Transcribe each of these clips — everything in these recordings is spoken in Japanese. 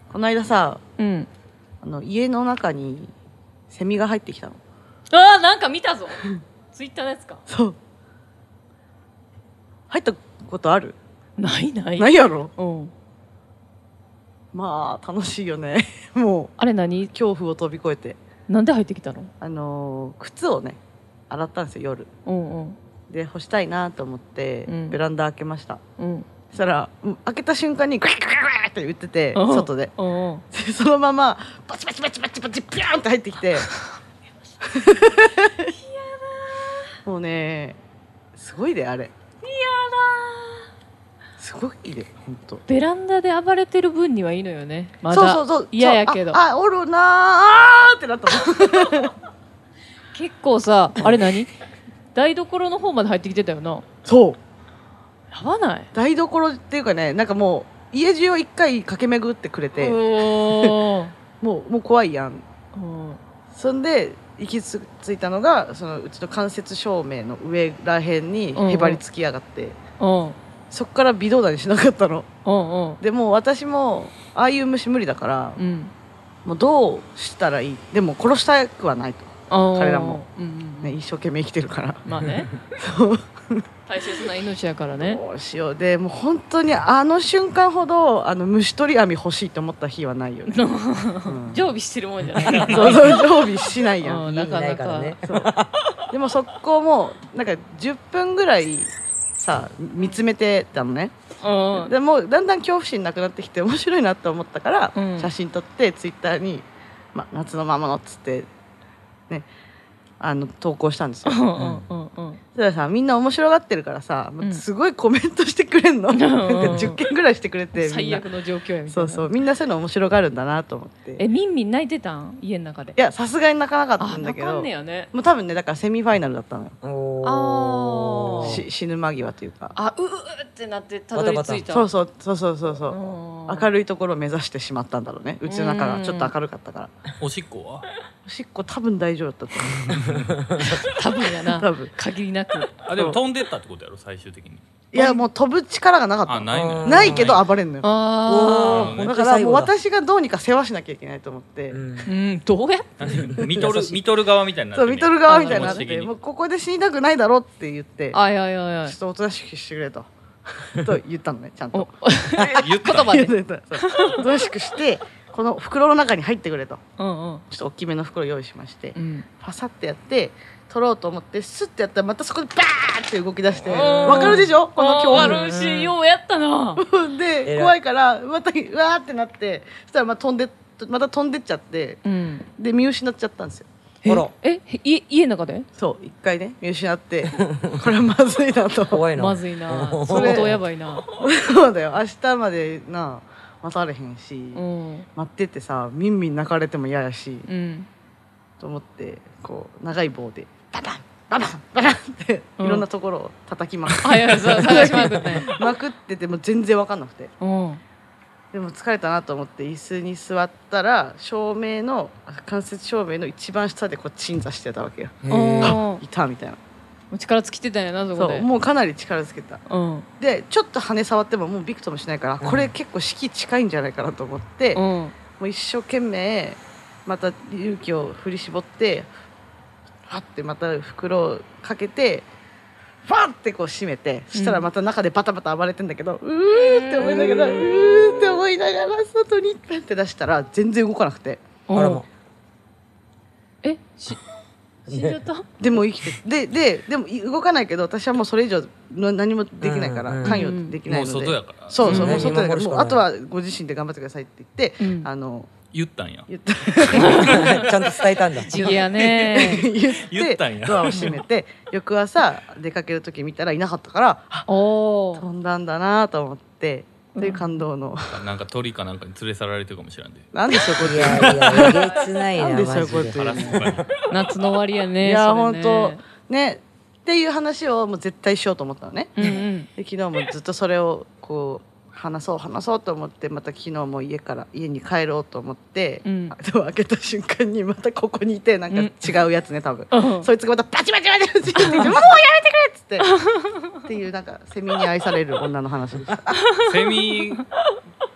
この間さ、 うん、 家の中にセミが入ってきたの。 あーなんか見たぞツイッターのやつか。 そう入ったことある？ ないないやろ。 うん、 まあ楽しいよねもうあれ何恐怖を飛び越えてなんで入ってきたの？ 靴をね洗ったんですよ夜うんうんで。干したいなと思って、 うん、 ベランダ開けました。 うんそしたら開けた瞬間にグリグリグリって言ってて、 うん、 外で、 うんうん、 そのままバチバチバチバチバチピューンって入ってきてもうねすごいであれ。すごいで本当。 ベランダで暴れてる分にはいいのよね。まだそうそうそう嫌やけど。 あおるなーってなったの結構さあれ何台所の方まで入ってきてたよな。 そうやばない？ 台所っていうかね、なんかもう家中を一回駆け巡ってくれてもう怖いやん。そんで行き着いたのがそのうちの間接照明の上らへんにへばりつきやがって、そっから微動だにしなかったの。でもう私もああいう虫無理だから、もうどうしたらいい。でも殺したくはないと。彼らも、ね、一生懸命生きてるから。 まあね大切な命やからね。 どうしよう。でもう本当にあの瞬間ほど虫取り網欲しいと思った日はないよね常備してるもんじゃないそうそう常備しないやんなかなかね。 でもそこもなんか10分ぐらいさ見つめてたのね。でもだんだん恐怖心なくなってきて面白いなと思ったから、写真撮ってツイッターに、夏の魔物っつってね投稿したんですよ。そしたらさみんな面白がってるからさ、すごいコメントしてくれんの10件ぐらいしてくれて、 最悪の状況やみたいな。 そうそうみんなそういうの面白がるんだなと思って。 ミンミン泣いてたん家の中で？ いやさすがに泣かなかったんだけど、もう多分ねだからセミファイナルだったのよ。死ぬ間際というか、 うってなってたどり着いた。 そう明るいところを目指してしまったんだろうね。うちの中がちょっと明るかったから。 おしっこは？ おしっこ多分大丈夫だったと思う多分やな。 多分限りなく。 でも飛んでったってことやろ最終的に。 いやもう飛ぶ力がなかったの。ないけど暴れんのよ。だからもう私がどうにか世話しなきゃいけないと思って、 どうやって見とる側みたいになって、 そう見とる側みたいになって、もうここで死にたくないだろって言って、ちょっとおとなしくしてくれと言ったのねちゃんと言った言葉でおとなしくしてこの袋の中に入ってくれと、ちょっと大きめの袋用意しまして、パサってやって取ろうと思ってスッてやったらまたそこでバーって動き出して、わかるでしょこの恐怖。 わかるしようやったなで怖いからまたうわーってなって、そしたらまた飛んでっちゃって、で見失っちゃったんですよ。 家の中で？ そう一回ね見失ってこれはまずいなと。 怖いな。 まずいな。相当やばいな。 そうだよ明日までな待たれへんし、待っててさみんみん泣かれても嫌やし、と思ってこう長い棒でババンババンババンっていろんなところを叩きまくって、 探しまくってまくってても全然分かんなくて、でも疲れたなと思って椅子に座ったら間接照明の一番下でこう鎮座してたわけよ。いたみたいな。 力尽きてたんやなそこで。 そうもうかなり力つけた。でちょっと羽触ってももうびくともしないから、これ結構式近いんじゃないかなと思って、もう一生懸命また勇気を振り絞ってファってまた袋をかけてファってこう閉めて、そしたらまた中でバタバタ暴れてんだけど、って思いながら外にペンって出したら全然動かなくて、 死んじゃった？ でも生きてでも動かないけど私はもうそれ以上何もできないから、関与できないので、 もう外やから。 そうもう外だからもうあとはご自身で頑張ってくださいって言って、 言ったんや。 ちゃんと伝えたんだ。 地義やね。 言ってドアを閉めて翌朝出かける時見たらいなかったから、飛んだんだなと思ってっていう感動の、 なんか鳥かなんかに連れ去られてるかもしれんで。 なんでしょこっち。 いやえげつないな。 なんでしょこっち。 夏の終わりやね。 いや本当ねっていう話をもう絶対しようと思ったのね。で昨日もずっとそれをこう話そうと思って、また昨日も家に帰ろうと思って、ドア開けた瞬間にまたここにいて、なんか違うやつね多分、そいつがまたバチバチバチバチって言ってもうやめてくれっつってっていうなんかセミに愛される女の話でした。 セミ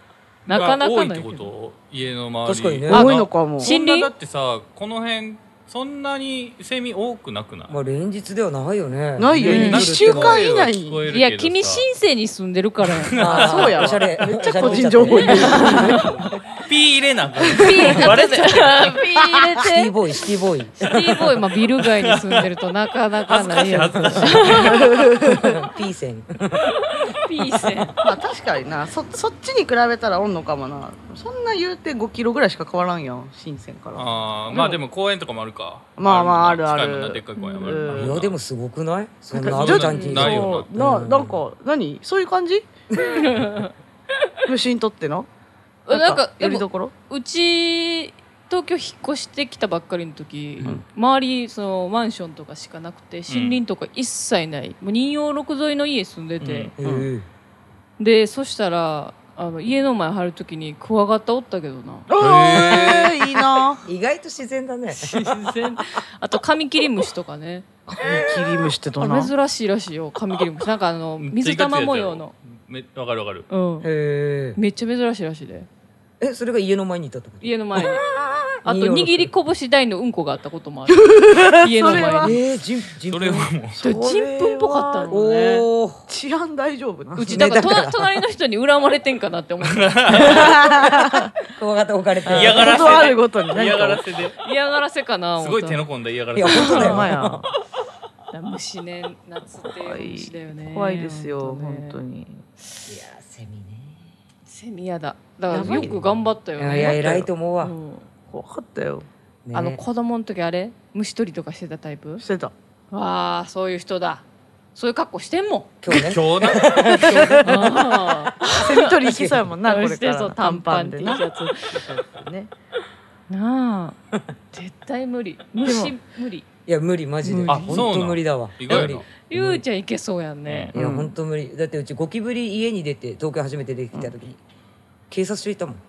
なかなかない多いってこと家の周り確かにね多いのかも。 森そんなだってさこの辺そんなにセミ多くなくない？ まあ連日ではないよね。 ないようん 1週間以内に。 いや君深センに住んでるからやんあーそうやわおしゃれ。 めっちゃ個人情報入れる。 ピー入れなあかんピーバレちゃうピー入れてシティボーイシティボーイ。 シティボーイ、まあ、ビル街に住んでるとなかなかないやつピーセン。 ピーセンまあ確かにな、そっちに比べたらおんのかもな。そんな言うて5キロぐらいしか変わらんやん、深センから。 あーまあでも公園とかもあるか。 まあまああるある近いもんなでっかい公園もあるうんいやでもすごくない？そんななんかアブちゃんちにないよなんか何そういう感じ？虫にとってのなんかでもよりどころ？ うち東京引っ越してきたばっかりの時、周りそのマンションとかしかなくて森林とか一切ない、もう人形六沿いの家住んでて、でそしたら家の前張る時にクワガタおったけどな。 いいな。 意外と自然だね。 自然あとカミキリムシとかね。 キリムシってどんな？ 珍しいらしいよカミキリムシ。なんか水玉模様の。 わかるわかる。 うん。 へめっちゃ珍しいらしいで。 え。それが家の前にいたってこと？ 家の前に。あと握り拳大のうんこがあったこともある。家の前に。 人それはもう人糞っぽかったのね。 おお。 治安大丈夫な。 うちだからねだから隣の人に恨まれてんかなって思って。 クワガタ置かれて。 嫌がらせことあるごとにで嫌がらせで嫌がらせかな思った。 すごい手の込んだ嫌がらいやせ。 本当だよ。 まや。 虫ね夏っていう虫だよね。 怖いですよね本当に。 いやセミね。 セミやだ。だからよく頑張ったよね。 いや偉いと思うわ。 うん怖かったよ。 ね子供の時あれ虫取りとかしてたタイプ？ してた。 わあそういう人だ。そういう格好してんもん。 今日ね。 今日なあセミ取り行きそうやもんなこれから。 してそう短パン T シな。 ャツ。 ね。 なあ絶対無理。虫無理。 いや無理マジで。 あ本そうなん当無理だわ。 意外やな無理ゆうちゃんいけそうやんね。 いや本当無理。だってうちゴキブリ家に出て東京初めて出てきた時に警察署行ったもん。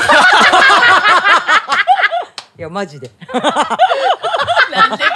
いやマジで。 なんで？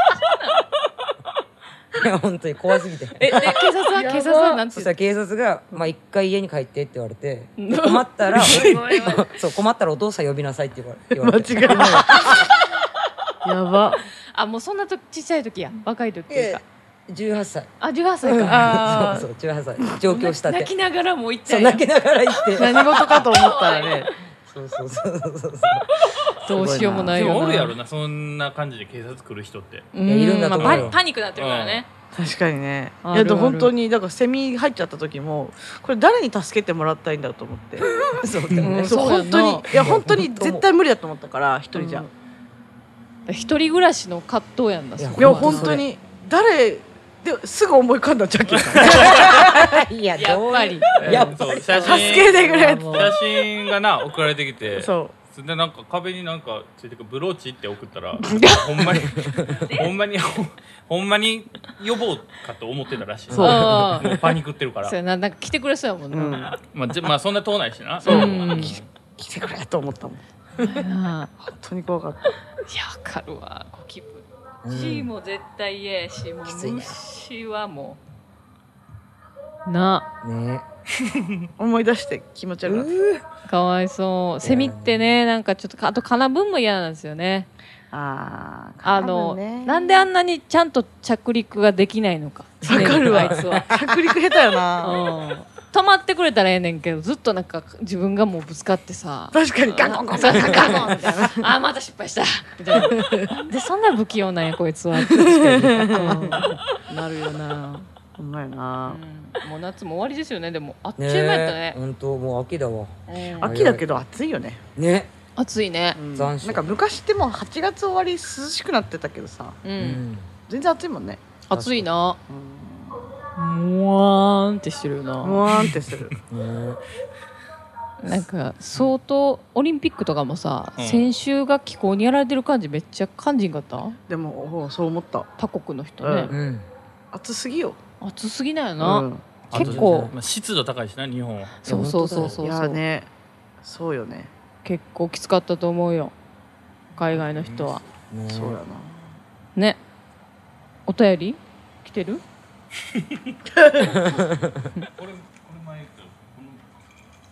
いや本当に怖すぎて。 で警察はなんてそしたら警察が「まあ一回家に帰って」って言われて「で困ったらそう困ったらお父さん呼びなさい」って言われて。 間違いない。やば。 あもうそんなとちっちゃい時や若い時っていうか。 18歳。 あ18歳か。 そうそう18歳上京したて。 泣きながらもう行ったそうんや泣きながら行って。 何事かと思ったらね。 そうそうそうそうそう。 どうしようもないでよな。 もおるやろなそんな感じで警察来る人ってうんいやいるんだと思うよまあパニックなってるからね。 確かにね。 あるいやでも本当にだからセミ入っちゃった時もこれ誰に助けてもらったらいいんだと思って。 そうでもね。 そうそうやんな本当にいや本当に絶対無理だと思ったから一人じゃ。 一人暮らしの葛藤やんだ。 いやいやそこは本当に誰ですぐ思い浮かんだジャッキーさん。 いややっぱり。 やっぱりそう写助けてくれって。 もう写真がな送られてきてそう。 でなんか壁になんかついてくるブローチって送ったらほんまにほんまに呼ぼうかと思ってたらしい。 そうあもうパニックってるからそうやななんか来てくれそうやもんうん。 な。 まあそんな遠ないしな。 そううん来てくれと思ったもん。 なあ本当に怖かった。 いやわかるわゴキブリ。G も絶対嫌やしもうきついね虫はもうなね。 思い出して気持ち悪くなった。 かわいそう。セミってねなんかちょっとあとカナブンも嫌なんですよね。 ああ。 なんであんなにちゃんと着陸ができないのか。 わかるわあいつは。 着陸下手よな。 うん止まってくれたらええねんけどずっとなんか自分がもうぶつかってさ確かにガコンガコンガコンガコンみたいなあまた失敗したみたいなでそんな不器用なんやこいつは確かに、なるよな、 ほんまやな。 もう夏も終わりですよね。でもあっちゅう間やったね。 本当もう秋だわ。 うん秋だけど暑いよね。 ね。 暑いね。 残暑なんか昔ってもう8月終わり涼しくなってたけどさ、 うん、 全然暑いもんね。 暑いな。もわーんってしてるよな。 もわーんってする。 ね。 なんか相当オリンピックとかもさ、 うん選手が気候にやられてる感じめっちゃ感じんかった？ でもそう思った。 他国の人ね、 うん。 暑すぎよ。 暑すぎないよな、 うん結構まあ湿度高いしな日本は。 そうそうそうそういやね、そうよね。 結構きつかったと思うよ海外の人は、 ねそうやな。 ね。お便り来てる？ これ前言ったよ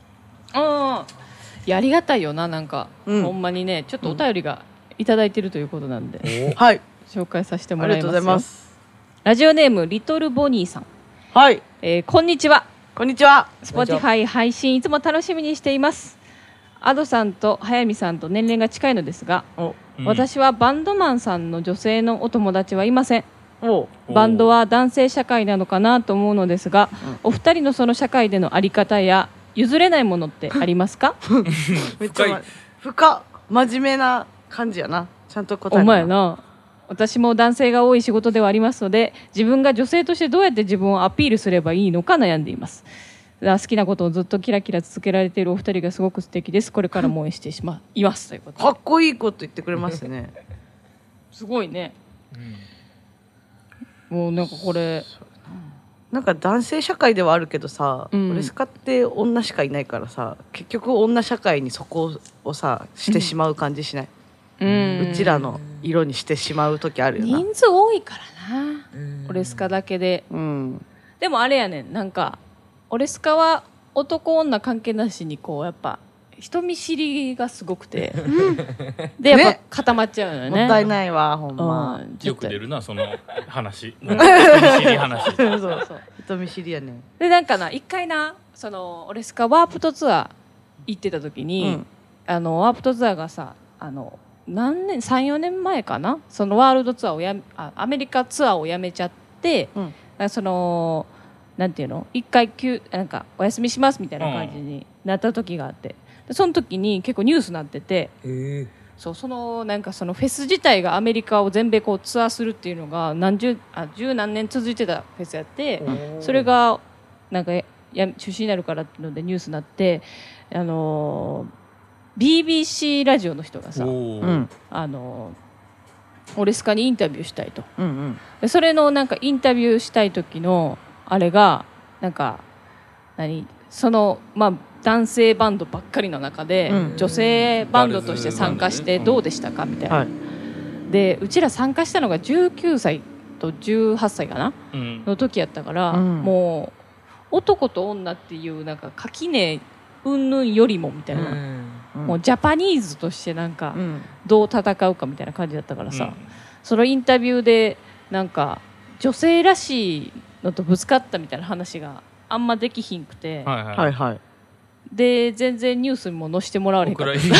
あいやありがたいよななんか、ほんまにねちょっとお便りがいただいてるということなんで、 はい紹介させてもらいますよ。 ありがとうございます。 ラジオネームリトルボニーさん。 はい、 こんにちは。 こんにちは。 Spotify 配信いつも楽しみにしています。アドさんと早見さんと年齢が近いのですが、私はバンドマンさんの女性のお友達はいません。バンドは男性社会なのかなと思うのですが、お二人のその社会でのあり方や譲れないものってありますか？ めっちゃ真面目な感じやな。ちゃんと答えるな。 お前な。私も男性が多い仕事ではありますので、自分が女性としてどうやって自分をアピールすればいいのか悩んでいます。好きなことをずっとキラキラ続けられているお二人がすごく素敵です。これからも応援していますということで。 かっこいいこと言ってくれますね。 すごいね。もうなんかこれなんか男性社会ではあるけどさ、オレスカって女しかいないからさ、結局女社会にそこをさしてしまう感じしない？うちらの色にしてしまう時あるよな。 人数多いからな、オレスカだけで。でもあれやねん、なんかオレスカは男女関係なしにこうやっぱ人見知りがすごくてでやっぱ固まっちゃうのよね。 もったいないわほんま。 よく出るなその話。人見知り話。 そう人見知りやね。 でなんかな一回なそのオレスカワープトツアー行ってた時に、ワープトツアーがさ何年 3,4 年前かな、そのワールドツアーをアメリカツアーをやめちゃって、そのなんていうの一回なんかお休みしますみたいな感じになった時があって、その時に結構ニュースになってて、そのなんかそのフェス自体がアメリカを全米こうツアーするっていうのが十何年続いてたフェスやって、それがなんか中止になるからっていうのでニュースになって、BBC ラジオの人がさ、オレスカにインタビューしたいと、でそれのなんかインタビューしたい時のあれがなんかそのまあ男性バンドばっかりの中で、女性バンドとして参加してどうでしたかみたいな、でうちら参加したのが19歳と18歳かな、の時やったから、もう男と女っていうなんか垣根云々よりもみたいな、もうジャパニーズとしてなんかどう戦うかみたいな感じだったからさ、そのインタビューでなんか女性らしいのとぶつかったみたいな話があんまできひんくて、で全然ニュースにも載せてもらわれへんかった。悲しい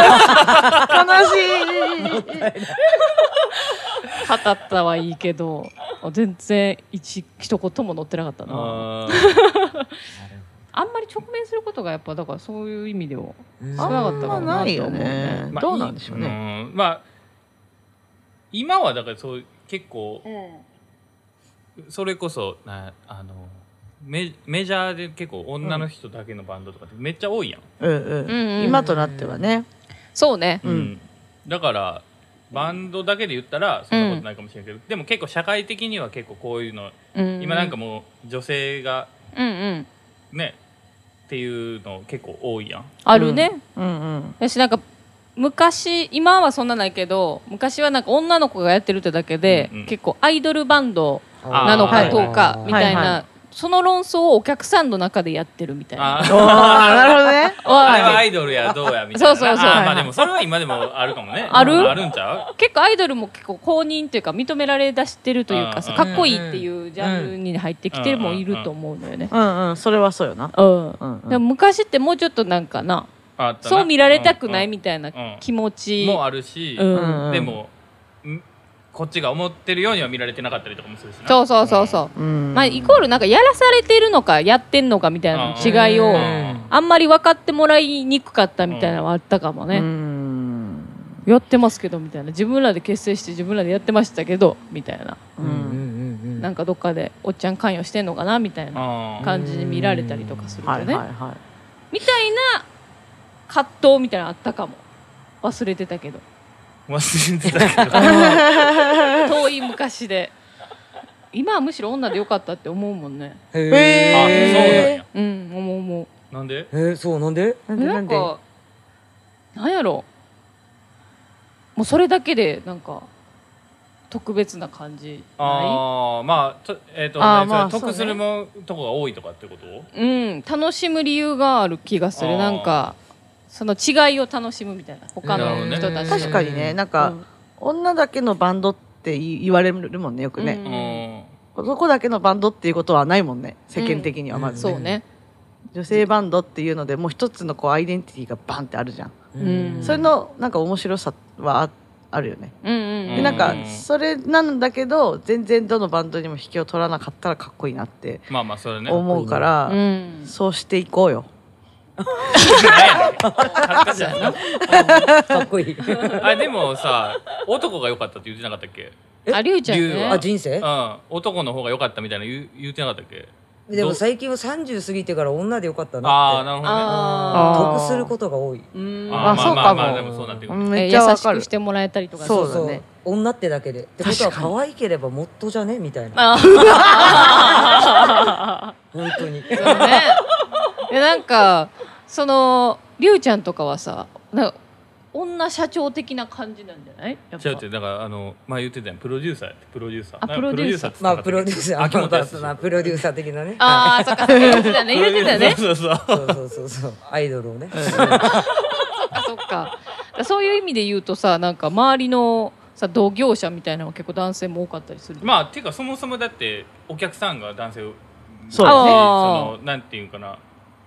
語ったはいいけど全然一言も載ってなかったな。あんまり直面することがやっぱだからそういう意味では少なかったかなと思うね。 どうなんでしょうね。 まあ今はだからそう結構、それこそメジャーで結構女の人だけのバンドとかってめっちゃ多いやん。 今となってはね。 そうね。 だからバンドだけで言ったらそんなことないかもしれないけど、でも結構社会的には結構こういうの、今なんかもう女性がねっていうの結構多いやん。 あるね。私なんか今はそんなないけど、昔はなんか女の子がやってるってだけで、結構アイドルバンドなのかどうかみたいな、その論争をお客さんの中でやってるみたいな。 なるほどね。 あれはアイドルやどうやみたいな。 そうまあでもそれは今でもあるかもね。 あるんちゃう？ 結構アイドルも結構公認っていうか認められだしてるというかさ、かっこいいっていうジャンルに入ってきてるもいると思うのよね。 それはそうよな。 でも昔ってもうちょっとなんかな、そう見られたくないみたいな気持ちもあるし、でもこっちが思ってるようには見られてなかったりとかもするしな。 そう、まあイコールなんかやらされてるのかやってんのかみたいな違いをあんまり分かってもらいにくかったみたいなのはあったかもね。やってますけどみたいな、自分らで結成して自分らでやってましたけどみたいな、なんかどっかでおっちゃん関与してんのかなみたいな感じに見られたりとかするとね、みたいな葛藤みたいなのあったかも。忘れてたけど遠い昔で。今はむしろ女でよかったって思うもんね。 へえ。 そうなんや。思う。 なんで？ そうなんで？ なんかなんやろ。もうそれだけでなんか特別な感じない？ ああまあまあ得するもとこが多いとかってこと？ 楽しむ理由がある気がする。なんかその違いを楽しむみたいな他の人たち、 確かにね、なんか、女だけのバンドって言われるもんね、よくね。男だけのバンドっていうことはないもんね、世間的にはまずね。 そうね。 女性バンドっていうのでもう一つのこうアイデンティティがバンってあるじゃん。それのなんか面白さはあるよね。でなんかそれなんだけど全然どのバンドにも引けを取らなかったらかっこいいなって思うから、そうしていこうよ。 かっこいい。 でもさ、男が良かったって言ってなかったっけ？ りゅうちゃんね。 人生？ 男の方が良かったみたいな言ってなかったっけ？ でも最近は30過ぎてから女でよかったなって。 なるほどね。得することが多い。 そうかも。 でもそうなってくる。 めっちゃ優しくしてもらえたりとか。 そうだね。女ってだけで。ってことは可愛ければもっとじゃねみたいな。本当に。 そうね。なんかそのりゅうちゃんとかはさ、女社長的な感じなんじゃない？ 違うってだから前言ってたやん、プロデューサープロデューサープロデューサープロデューサー的なね。 そっか言ってたね。 そうアイドルをね。 そっか。そういう意味で言うとさ、なんか周りのさ同業者みたいなのは結構男性も多かったりする。 っていうかそもそもだってお客さんが男性をそうね、なんていうかな、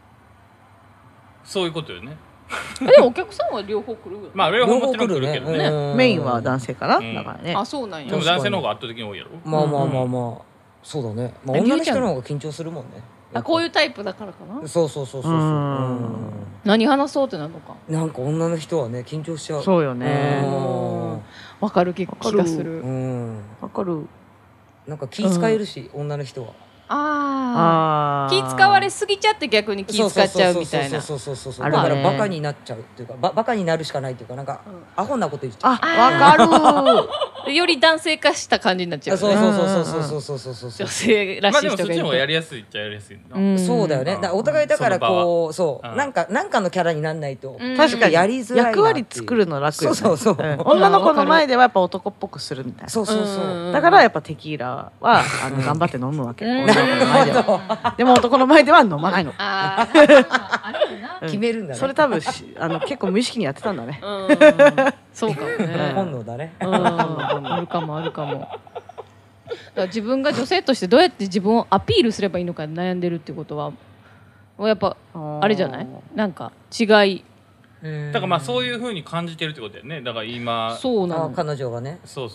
そういうことよね。 でもお客さんは両方来るよね。 両方もちろん来るけどね。 メインは男性かな、だからね。 そうなんや。 でも男性の方が圧倒的に多いやろ。 まあそうだね。女の人の方が緊張するもんね。 こういうタイプだからかな。 そう何話そうってなるのか。 なんか女の人はね緊張しちゃう。 そうよね。 わかる気がする。 わかる。 なんか気使えるし、女の人は。 気使われすぎちゃって逆に気使っちゃうみたいな。 そうだからバカになっちゃうっていうか、バカになるしかないっていうか、なんかアホなこと言っちゃう。 わかる。より男性化した感じになっちゃう。 そう女性らしい人がいる。 でもそっちの方がやりやすいっちゃやりやすいな。 そうだよね。お互いだからこうなんかのキャラになんないと確かにやりづらいな。 役割作るの楽よね。 そう女の子の前ではやっぱ男っぽくするみたいな。 そうだからやっぱテキーラは頑張って飲むわけ。でも男の前では飲まないの。 決めるんだね。 それ多分結構無意識にやってたんだね。 そうかもね。 本能だね。 あるかも。だから自分が女性としてどうやって自分をアピールすればいいのか悩んでるってことはやっぱあれじゃない？なんか違い。 だからそういう風に感じてるってことだよね。だから今そうなの。 彼女がね。 そう。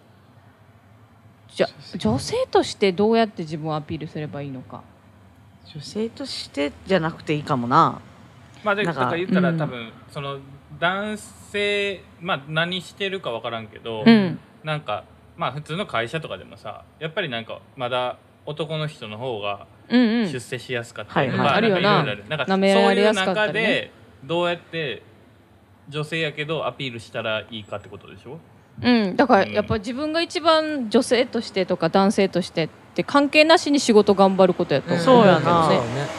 じゃ女性としてどうやって自分をアピールすればいいのか。 女性としてじゃなくていいかもな。 だから言ったら多分その男性何してるか分からんけど、なんか普通の会社とかでもさ、やっぱりなんかまだ男の人の方が出世しやすかったりとか、 あるよな。 なんかそういう中でどうやって女性やけどアピールしたらいいかってことでしょ。 だからやっぱ自分が一番女性としてとか男性としてって関係なしに仕事頑張ることやと思う。 そうやな。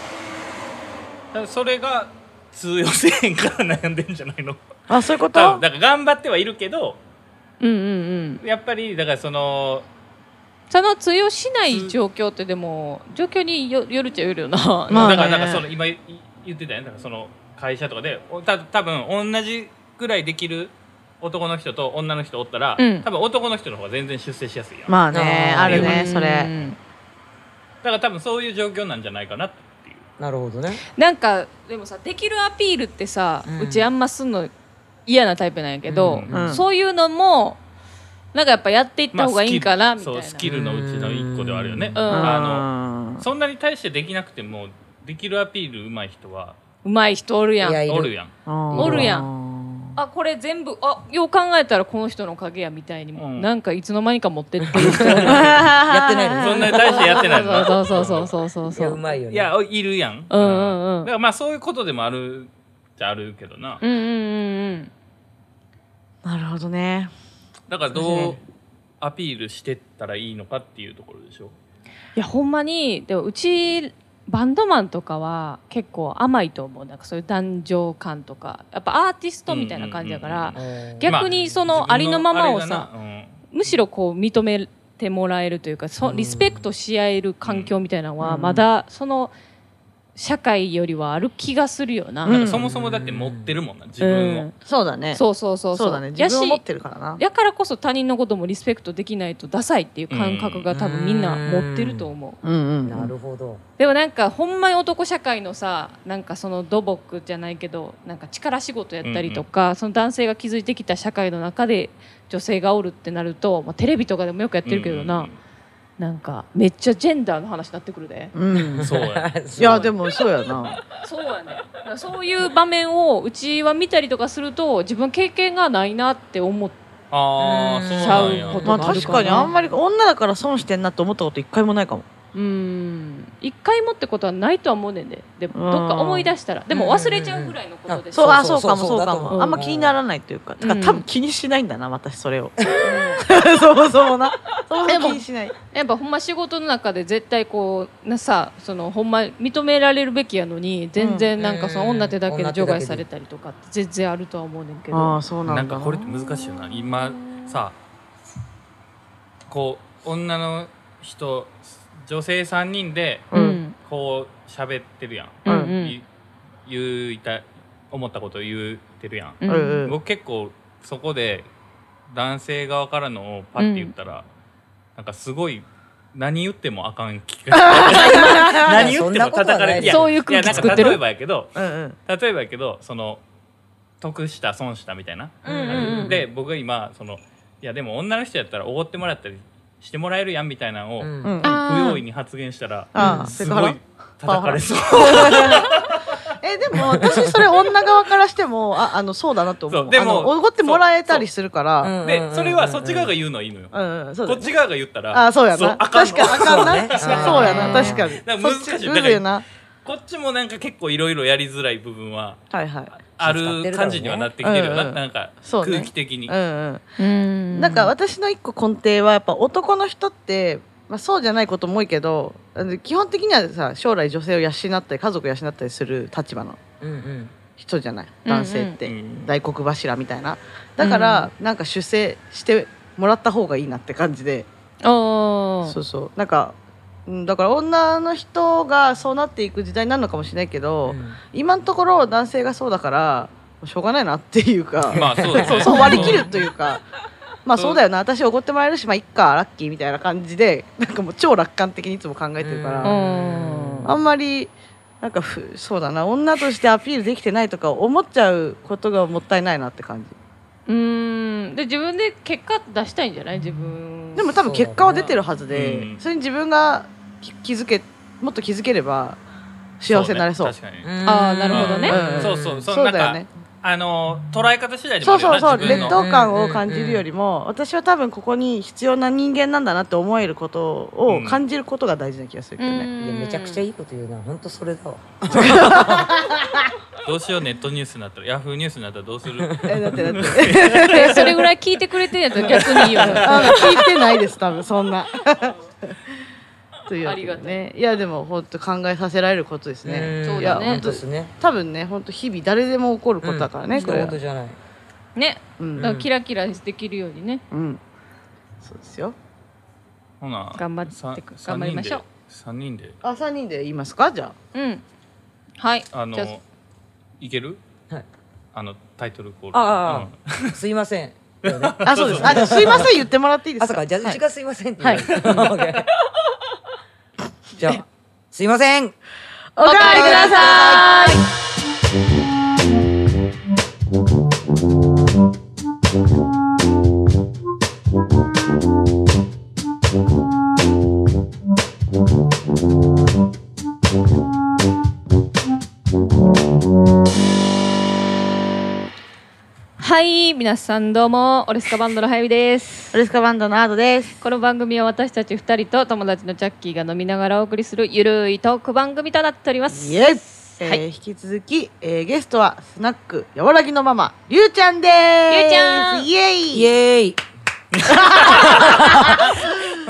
それが通用せへんから悩んでんじゃないの。 そういうこと？ だから頑張ってはいるけど、やっぱりだからその通用しない状況ってでも状況によるっちゃよるよな。 だからその今言ってたよね。だからその会社とかで多分同じぐらいできる男の人と女の人おったら、多分男の人の方が全然出世しやすいやん。 まあね、あるね、それ。 だから多分そういう状況なんじゃないかなっていう。 なるほどね。 なんかでもさ、できるアピールってさ、うちあんますんの嫌なタイプなんやけど、そういうのもなんかやっぱやっていった方がいいかなみたいな。 スキルのうちの一個ではあるよね。そんなに大してできなくてもできるアピール上手い人は上手い人おるやん。 おるやん。 これ全部よう考えたらこの人の影やみたいにも、なんかいつの間にか持ってってる人やってないの。 そんなに大してやってないの。 そういやうまいよね。 いやいるやん。だからそういうことでもあるじゃあるけどな。 なるほどね。 だからどうアピールしてったらいいのかっていうところでしょ。 いやほんまにでもうちバンドマンとかは結構甘いと思う。なんかそういう男女感とかやっぱアーティストみたいな感じだから、逆にそのありのままをさ、 むしろこう認めてもらえるというかリスペクトし合える環境みたいなのはまだその社会よりはある気がするよな。 なんかそもそもだって持ってるもんな自分を、 そうだね。 そうだね。自分を持ってるからな。 やからこそ他人のこともリスペクトできないとダサいっていう感覚が多分みんな持ってると思う。 なるほど。 でもなんかほんまに男社会のさなんかその土木じゃないけどなんか力仕事やったりとか、その男性が築いてきた社会の中で女性がおるってなると、テレビとかでもよくやってるけどな。なんかめっちゃジェンダーの話になってくるで。 そうや。 いやでもそうやな。 そうやね。そういう場面をうちは見たりとかすると自分経験がないなって思っちゃうことがあるかな。 確かにあんまり女だから損してんなって思ったこと一回もないかも。 一回もってことはないとは思うねんで。でもどっか思い出したらでも忘れちゃうぐらいのことです。 そうかも。あんま気にならないというか、多分気にしないんだな私それを。そもそもな。気にしない。 やっぱほんま仕事の中で絶対こうさそのほんま認められるべきやのに全然なんかその女手だけで除外されたりとかって全然あるとは思うねんけど。 あ、そうなんだ。 なんかこれって難しいよな。今さこう女の人女性3人でこう喋ってるやん、思ったこと言ってるやん、僕結構そこで男性側からのをパッて言ったら、なんかすごい何言ってもあかん気が何言っても叩かれる。 そういう空気作ってる。 例えばやけどその得した損したみたいな、で僕が今そのいやでも女の人やったらおごってもらったりしてもらえるやんみたいなのを不用意に発言したらすごい叩かれそう。 でも私それ女側からしてもそうだなと思う。でもおごってもらえたりするから。 でそれはそっち側が言うのはいいのよ。こっち側が言ったらそうやな。確かにあかんな。そうやな確かに。 難しい。だからこっちもなんか結構いろいろやりづらい部分はある感じにはなってきてるよな。なんか空気的に。 なんか私の一個根底はやっぱ男の人って。そうじゃないことも多いけど基本的にはさ将来女性を養ったり家族を養ったりする立場の人じゃない、男性って大黒柱みたいな。だからなんか出世してもらった方がいいなって感じで、そうなんかだから女の人がそうなっていく時代になるのかもしれないけど、今のところ男性がそうだからしょうがないなっていうか、そう割り切るというか。そうだよな、私おごってもらえるしいっかラッキーみたいな感じでなんかもう超楽観的にいつも考えてるから、あんまりなんかそうだな女としてアピールできてないとか思っちゃうことがもったいないなって感じ。 で自分で結果出したいんじゃない自分。 でも多分結果は出てるはずで、それに自分がもっと気づければ幸せになれそう。 確かに。なるほどね。 そうだよね。 捉え方次第でもあるよな。 そう劣等感を感じるよりも、私は多分ここに必要な人間なんだなって思えることを感じることが大事な気がするけどね。 いやめちゃくちゃいいこと言うな。本当それだわ。 どうしよう。ネットニュースになったらヤフーニュースになったらどうする。 だってそれぐらい聞いてくれてるやつは逆にいいよ。 聞いてないです多分そんな。 ありがたい。 いやでも本当考えさせられることですね。 そうだね。 多分ね本当日々誰でも起こることだからね。 これ本当じゃない。 ね。だからキラキラできるようにね。 そうですよ。 ほな頑張りましょう。 3人で。 3人で言いますかじゃあ。 はい。 いける？ はい。 タイトルコール。すいません。 そうです。すいません言ってもらっていいですか。 じゃあうちがすいませんって。はい。じゃあすいません。 おかわりください。はい、皆さんどうもオレスカバンドのハイビです。 オレスカバンドのアードです。 この番組は私たち2人と友達のチャッキーが飲みながらお送りするゆるいトーク番組となっております。 引き続き、ゲストはスナックやわらぎのママりゅうちゃんです。 りゅうちゃんイエイイエイ。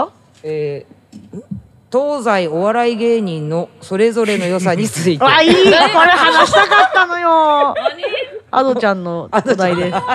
よ。 東西お笑い芸人のそれぞれの良さについて。 あ、いい、これ話したかったのよ。アドちゃんのお題です。 はい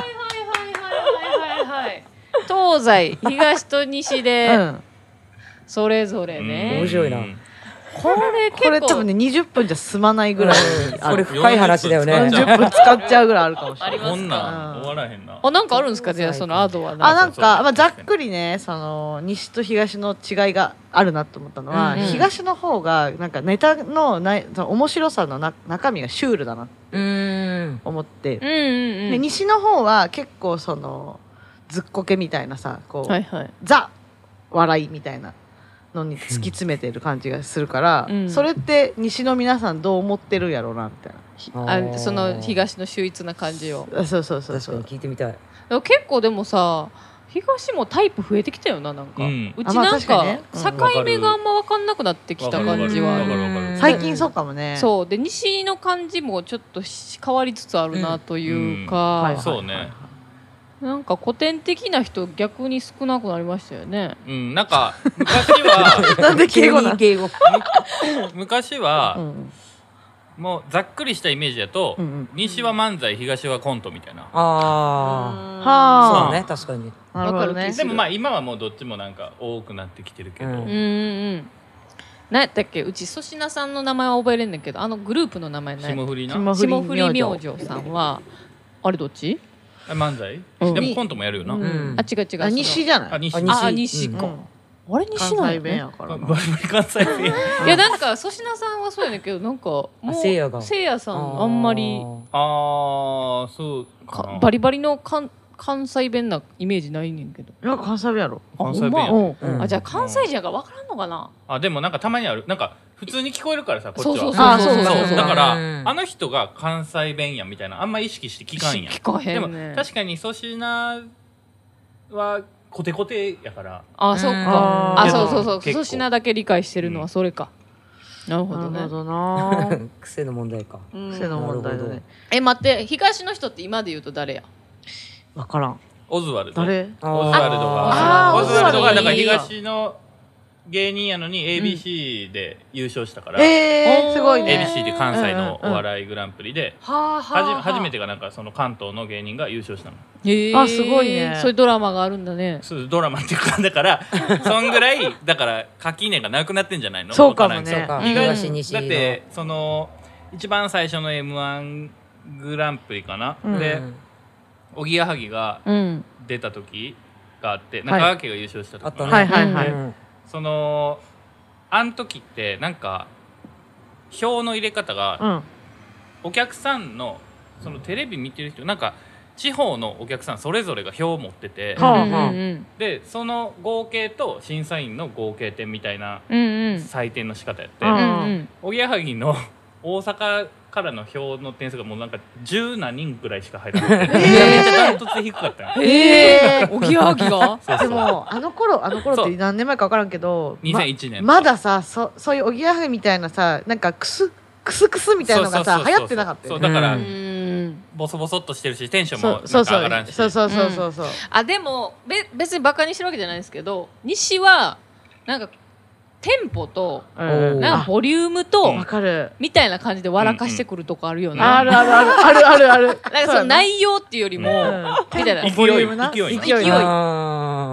東西東と西でそれぞれね。 面白いな。 これ結構これ多分ね20分じゃ済まないぐらいこれ深い話だよね。 40分使っちゃうぐらいあるかもしれない。 こんなん終わらへんな。 なんかあるんですかじゃあそのアドは。 なんかまあざっくりねその西と東の違いがあるなと思ったのは、東の方がなんかネタのその面白さの中身がシュールだなって思って、で西の方は結構そのずっこけみたいなさこう、ザ笑いみたいなのに突き詰めてる感じがするから、それって西の皆さんどう思ってるやろうなみたいな。 その東の秀逸な感じを。 そう確かに聞いてみたい。 結構でもさ東もタイプ増えてきたよななんか、うちなんか境目があんま分かんなくなってきた感じは最近そうかもね。 そうで西の感じもちょっと変わりつつあるなというか、 そうね。 なんか古典的な人逆に少なくなりましたよね。 なんか昔はなんで敬語なの？ 昔はもうざっくりしたイメージだと西は漫才東はコントみたいな。 そうね確かに。 なるほどね。 でもまあ今はもうどっちもなんか多くなってきてるけど。 何やったっけうち粗品さんの名前は覚えれんねんけどグループの名前霜降りな。 霜降り明星さんはあれどっち？ 漫才？でもコントもやるよな。 違う。 西じゃない？ 西か。あれ西なんやね。 関西弁。 いやなんか粗品さんはそうやねんけどなんかもうせいやさんあんまりそうかバリバリの関西弁なイメージないねんけど。 いや関西弁やろ。 関西弁や。じゃあ関西人やから分からんのかな。 でもなんかたまにあるなんか普通に聞こえるからさこっちは。 そうだからあの人が関西弁やみたいなあんま意識して聞かんやん。 聞かへんね。 でも確かに粗品はコテコテやから。 そうか。そう粗品だけ理解してるのはそれか。なるほどね。 癖の問題か。 癖の問題だね。 待って東の人って今で言うと誰や？ 分からん。 オズワルド。 誰？ オズワルドがだから東の芸人やのに ABC で優勝したから、 すごいね。 ABC で関西のお笑いグランプリで初めてがなんかその関東の芸人が優勝したの。 すごいね。 そういうドラマがあるんだね。 そうドラマっていうかだからそんぐらいだから垣根がなくなってんじゃないの？ そうかもね。 東西だってその一番最初の M1 グランプリかな、でおぎやはぎが出た時があって中川家が優勝した時がそのあん時ってなんか票の入れ方がお客さんのそのテレビ見てる人なんか地方のお客さんそれぞれが票を持ってて、でその合計と審査員の合計点みたいな採点の仕方やって、おぎやはぎの大阪からの票の点数がもうなんか10何人ぐらいしか入らなくて、めちゃめちゃダントツで低かったよ。 おぎやはぎがでもあの頃って何年前か分からんけど 2001年まださそういうおぎやはぎみたいなさなんかクスみたいなのがさ流行ってなかったよね。 そうだからボソボソっとしてるしテンションもなんか上がらんし。 そうでも別にバカにしてるわけじゃないですけど西はなんかテンポとなんかボリュームとみたいな感じで笑かしてくるとこあるよね。 あるなんかその内容っていうよりもみたいな勢い勢い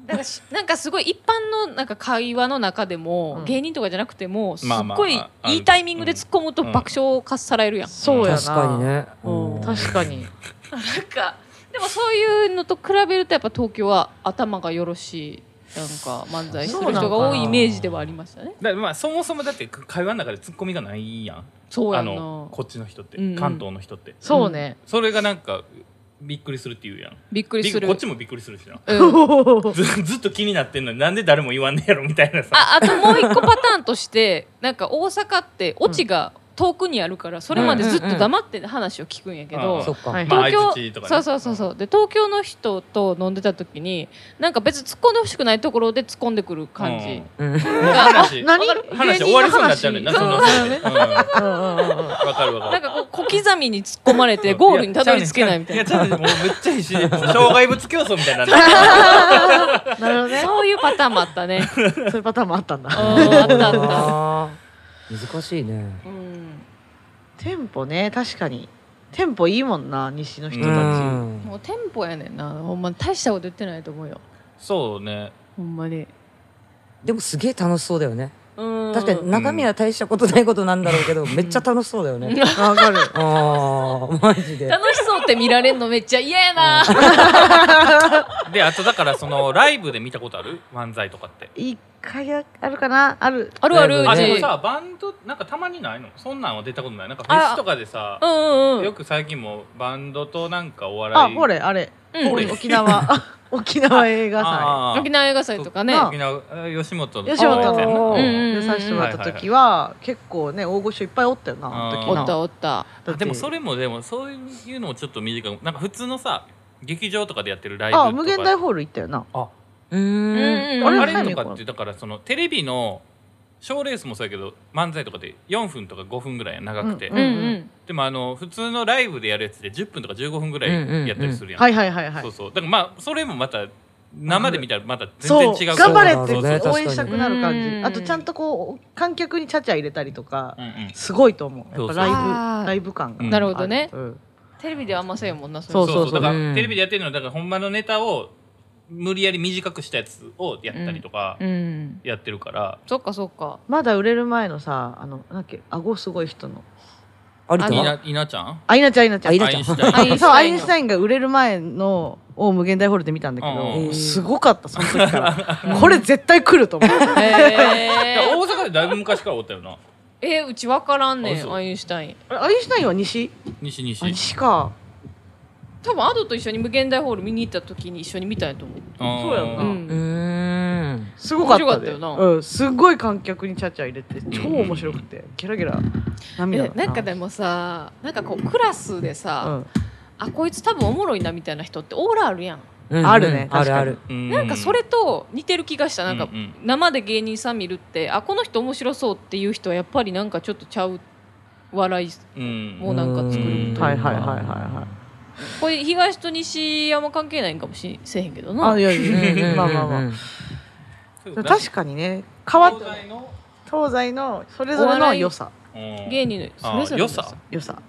なんかすごい一般のなんか会話の中でも、芸人とかじゃなくてもすっごいいいタイミングで突っ込むと爆笑をかっさらえるやん。 そうやな。 確かにね。 確かに。 なんかでもそういうのと比べるとやっぱ東京は頭がよろしい。なんか漫才する人が多いイメージではありましたね。 まあそもそもだって会話の中でツッコミがないやん。 そうやな。 こっちの人って、関東の人って。 そうね。 それがなんかびっくりするって言うやん。 びっくりする。 こっちもびっくりするしな。ずっと気になってんのになんで誰も言わんねやろみたいなさ。 あともう一個パターンとしてなんか大阪ってオチが遠くにあるからそれまでずっと黙って話を聞くんやけど、東京そうで東京の人と飲んでた時になんか別に突っ込んでほしくないところで突っ込んでくる感じ。 話終わりそうになっちゃうねんな。そのわかるわかる。 なんかこう小刻みに突っ込まれてゴールにたどり着けないみたいな。 いやもうめっちゃ必死で障害物競争みたいな。 なるほどね。 そういうパターンもあったね。 そういうパターンもあったんだ。 あった。 難しいね。 テンポね、確かにテンポいいもんな、西の人たち。 もうテンポやねんな。ほんま大したこと言ってないと思うよ。 そうね。 ほんまに。 でもすげえ楽しそうだよね。確かに中身は大したことないことなんだろうけど、めっちゃ楽しそうだよね。 わかる。 マジで。 楽しそうって見られんのめっちゃ嫌やな。 であとだからそのライブで見たことある漫才とかって。 一回あるかな。ある。 ある。 でもさバンドなんかたまにないの？そんなんは出たことない。なんかフェスとかでさ、よく最近もバンドとなんかお笑い。 ほれあれ。沖縄映画祭。 沖縄映画祭とかね。 沖縄吉本の出させてもらった時は結構ね大御所いっぱいおったよな。 おった。 でもそれもでもそういうのをちょっと短くなんか普通のさ劇場とかでやってるライブとか。 無限大ホール行ったよな。 あれとかってだからそのテレビの賞レースもそうやけど漫才とかで4分とか5分ぐらい長くて、でも普通のライブでやるやつで10分とか15分ぐらいやったりするやん。そうだからまあそれもまた生で見たらまた全然違う。 頑張れって応援したくなる感じ。あとちゃんとこう観客にチャチャ入れたりとかすごいと思う。やっぱライブ感が。 なるほどね。テレビではあんませんもんな。 そうだからテレビでやってるのだからほんまのネタを無理やり短くしたやつをやったりとかやってるから。 そっか。 まだ売れる前のさなんだっけ顎すごい人の稲ちゃん。 アイナちゃん。 アインシュタインが売れる前のを無限大ホールで見たんだけどすごかったその時からこれ絶対来ると思う。 大阪でだいぶ昔からおったよな。 うち分からんねん。アインシュタインは西か。多分アドと一緒に無限大ホール見に行った時に一緒に見たんやと思う。 そうやな。すごかったよな。すごい観客にチャチャ入れて超面白くてゲラゲラ涙。 なんかでもさなんかこうクラスでさこいつ多分おもろいなみたいな人ってオーラあるやん。 あるね。 ある。 なんかそれと似てる気がした。なんか生で芸人さん見るってこの人面白そうっていう人はやっぱりなんかちょっとちゃう笑いをなんか作るというか。これ東と西は関係ないんかもしれへんけどな。 いやまあ確かにね東西のそれぞれの良さ。 芸人のそれぞれの良さ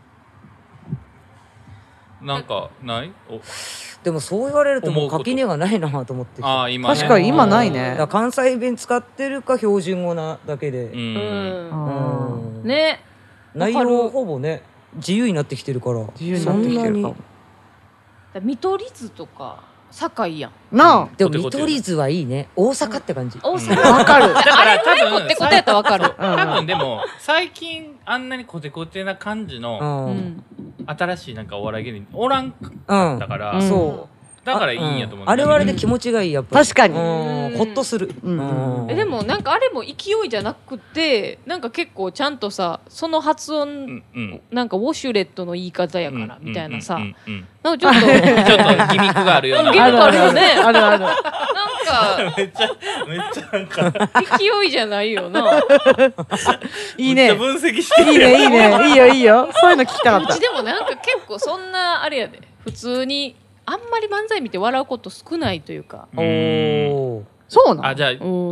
なんかない？ でもそう言われるともう垣根がないなと思って。 確かに今ないね。 関西弁使ってるか標準語なだけでね。 内容ほぼね自由になってきてるから。 自由になってきてるかも。 見取り図とか堺やんな。 でも見取り図はいいね。大阪って感じ。 大阪わかる。 だから多分コテコテやったらわかる。 多分でも最近あんなにコテコテな感じの新しいなんかお笑い芸人おらんかったから。だからいいんやと思う。 あれはあれで気持ちがいい。やっぱ確かにほっとする。 でもなんかあれも勢いじゃなくてなんか結構ちゃんとさその発音なんかウォシュレットの言い方やからみたいなさなんかちょっとギミックがあるような。 ギミックあるよね。 ある。 なんかめっちゃなんか勢いじゃないよな。 いいね。 分析していいね。いいよ。そういうの聞きたかった。 うちでもなんか結構そんなあれやで普通にあんまり漫才見て笑うこと少ないというか。 そうなの？ じゃあ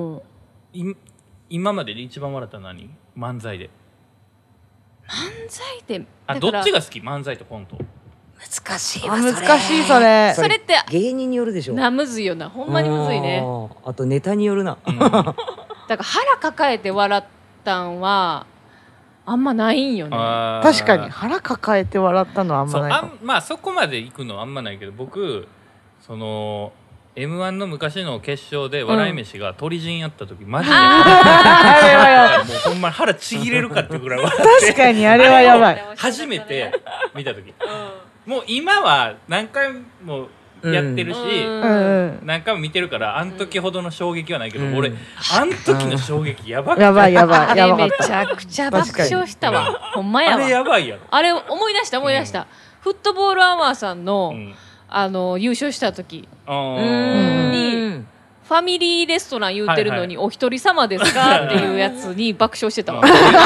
今までで一番笑ったのは何？漫才で。 漫才でどっちが好き？漫才とコント。 難しいわ難しいそれ。 それって芸人によるでしょ。 むずいよな、ほんまにむずいね。 あとネタによるな。 だから腹抱えて笑ったんはあんまないんよね。 確かに腹抱えて笑ったのはあんまないかも。 まあそこまで行くのはあんまないけど、僕その M1 の昔の決勝で笑い飯が鳥人やった時、マジであれはやばい。 もうほんまに腹ちぎれるかっていうぐらい笑って確かにあれはやばい。 初めて見た時、もう今は何回もやってるし、何回も見てるからあん時ほどの衝撃はないけど、俺あん時の衝撃やばくて、 やばいやばいやばかめった。 ちゃくちゃ爆笑したわ。ほんまやわ。 あれやばいやろ。 あれ思い出したフットボールアワーさんの優勝した時にファミリーレストラン言うてるのにお一人様ですかっていうやつに爆笑してたわ。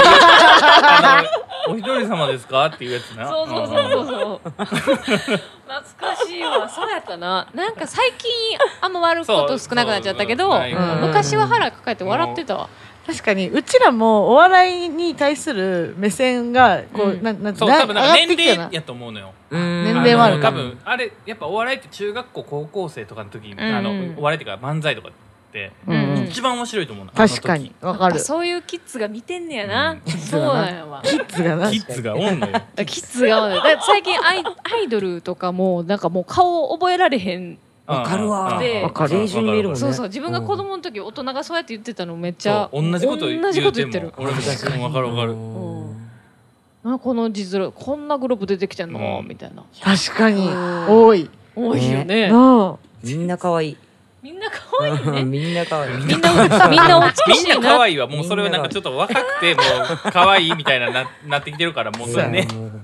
お一人様ですかっていうやつな。 そう懐かしいわ。そうやったな。なんか最近あんま悪いこと少なくなっちゃったけど、昔は腹抱えて笑ってたわ。 確かにうちらもお笑いに対する目線がこうなんそう多分なんか年齢やと思うのよ。 年齢はあるか多分あれやっぱお笑いって中学校高校生とかの時にお笑いっていうか漫才とかって一番面白いと思うの。 確かにわかる。 そういうキッズが見てんねやな。そうなんやわ。 キッズがな。 キッズがおんのよ。 キッズがおんのよ。だから最近アイドルとかもなんかもう顔覚えられへん。 わかるわ。 で練習に見えるもんね。 そうそう、自分が子供の時大人がそうやって言ってたのめっちゃ同じこと言ってる。俺もわかるわかる。 この字面こんなグループ出てきてんのみたいな。 確かに多いよね。 みんな可愛い。 みんな可愛いね。 みんな可愛い。 みんなお美しいな。 みんな可愛いわ。もうそれはなんかちょっと若くてもう可愛いみたいなってきてるからもうそれね。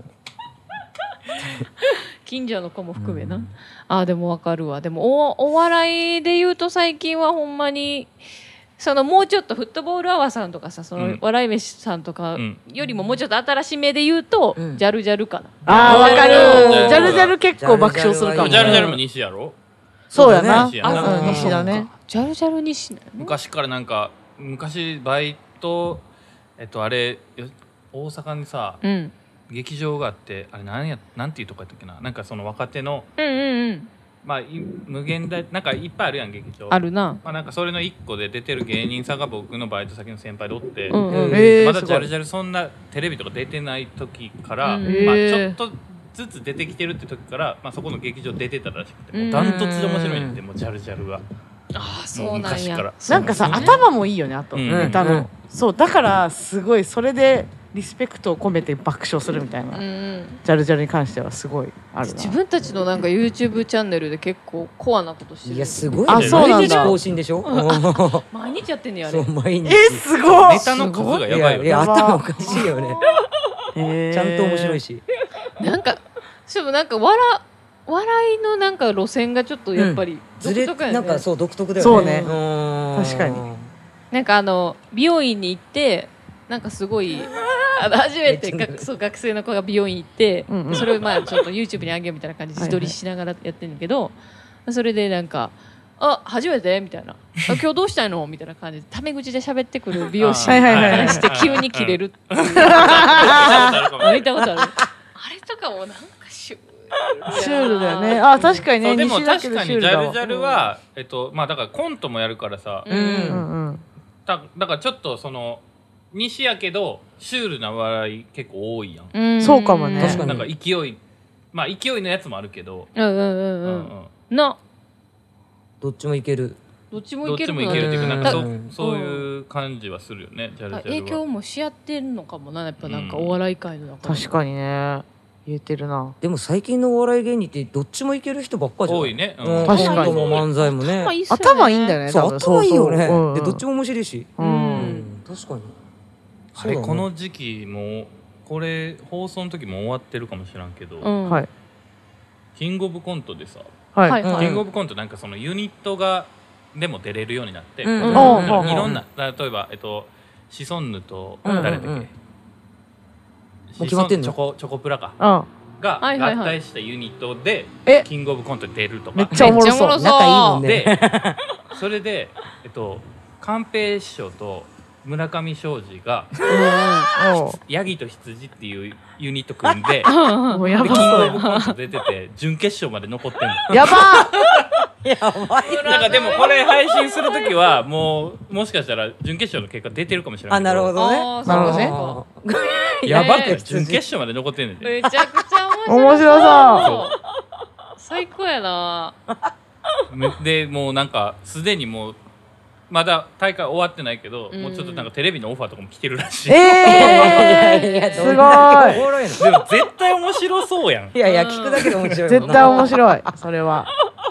近所の子も含めな。でもわかるわ。でもお笑いで言うと最近はほんまにもうちょっとフットボールアワーさんとかさ、笑い飯さんとかよりももうちょっと新しい目で言うと、ジャルジャルかな。 わかる。ジャルジャル結構爆笑するかも。 ジャルジャルも西やろ。 そうやな。 西だね。 ジャルジャル西。 昔からなんか昔バイトあれ大阪にさ。劇場があって、あれなんていうとこやったっけな、なんかその若手のまあ無限大なんかいっぱいあるやん劇場あるな。 まあなんかそれの一個で出てる芸人さんが僕のバイト先の先輩でおって、まだジャルジャルそんなテレビとか出てない時からまあちょっとずつ出てきてるって時からまあそこの劇場出てたらしくて、もうダントツで面白いんで、もうジャルジャルは。 そうなんや。 なんかさ頭もいいよね、あとネタの。そうだからすごいそれでリスペクトを込めて爆笑するみたいな、ジャルジャルに関してはすごいあるな。 自分たちのなんか YouTube チャンネルで結構コアなことしてる。 いやすごいね。 そうなんだ。 毎日更新でしょ。 毎日やってんねやあれ。 毎日。 すごい。 ネタの数がやばいよね。 頭おかしいよね。ちゃんと面白いし。 なんかしかもなんか笑いのなんか路線がちょっとやっぱり独特やね。 なんかそう独特だよね。 そうね。確かに。 なんか美容院に行ってなんかすごい初めて学生の子が美容院行って、それをまあちょっと YouTube に上げようみたいな感じで自撮りしながらやってるんだけど、それでなんか初めてみたいな今日どうしたいのみたいな感じでタメ口で喋ってくる美容師に対して急に切れるっていう見たことある。あれとかもなんかシュールだよね。確かにね。 でも確かにジャルジャルはまあだからコントもやるからさ、だからちょっとその西やけどシュールな笑い結構多いやん。 そうかもね。 確かに。 なんか勢いのやつもあるけど。 な。 どっちもいける。 どっちもいけるっていうかなんかそういう感じはするよね。ジャルジャルは影響もし合ってるのかもな、やっぱなんかお笑い界の中で。 確かにね。言えてるな。 でも最近のお笑い芸人ってどっちもいける人ばっかじゃん。 多いね。 確かに。 漫才もね。 頭いいんだよね。 そう頭いいよね。でどっちも面白いし。確かに。 あれこの時期もこれ放送の時も終わってるかもしらんけど、キングオブコントでさ、キングオブコントなんかそのユニットがでも出れるようになって、いろんな例えばシソンヌと誰だっけ、 決まってんの？ チョコプラかが合体したユニットでキングオブコント出るとか、 めっちゃおもろそう。 仲いいもんね。 でそれで寛平師匠と村上庄司がおうヤギと羊っていうユニット組んでもうやばでキングそうオブコント出てて準決勝まで残ってんの。 やばやばい。 なんかでもこれ配信するときはもしかしたら準決勝の結果出てるかもしれないあ、なるほどね。 あーなるほどねそうかやばくね準決勝まで残ってんねんで。 めちゃくちゃ面面白白そう最高やな。 でもうなんかすでにもうまだ大会終わってないけど、 うんもうちょっとなんかテレビのオファーとかも来てるらしい。 いやえー、 いや、 すごどんだけおいもろいの。 でも絶対面白そうやん。 いやいや、聞くだけで面白いもんな。 絶対面白いそれは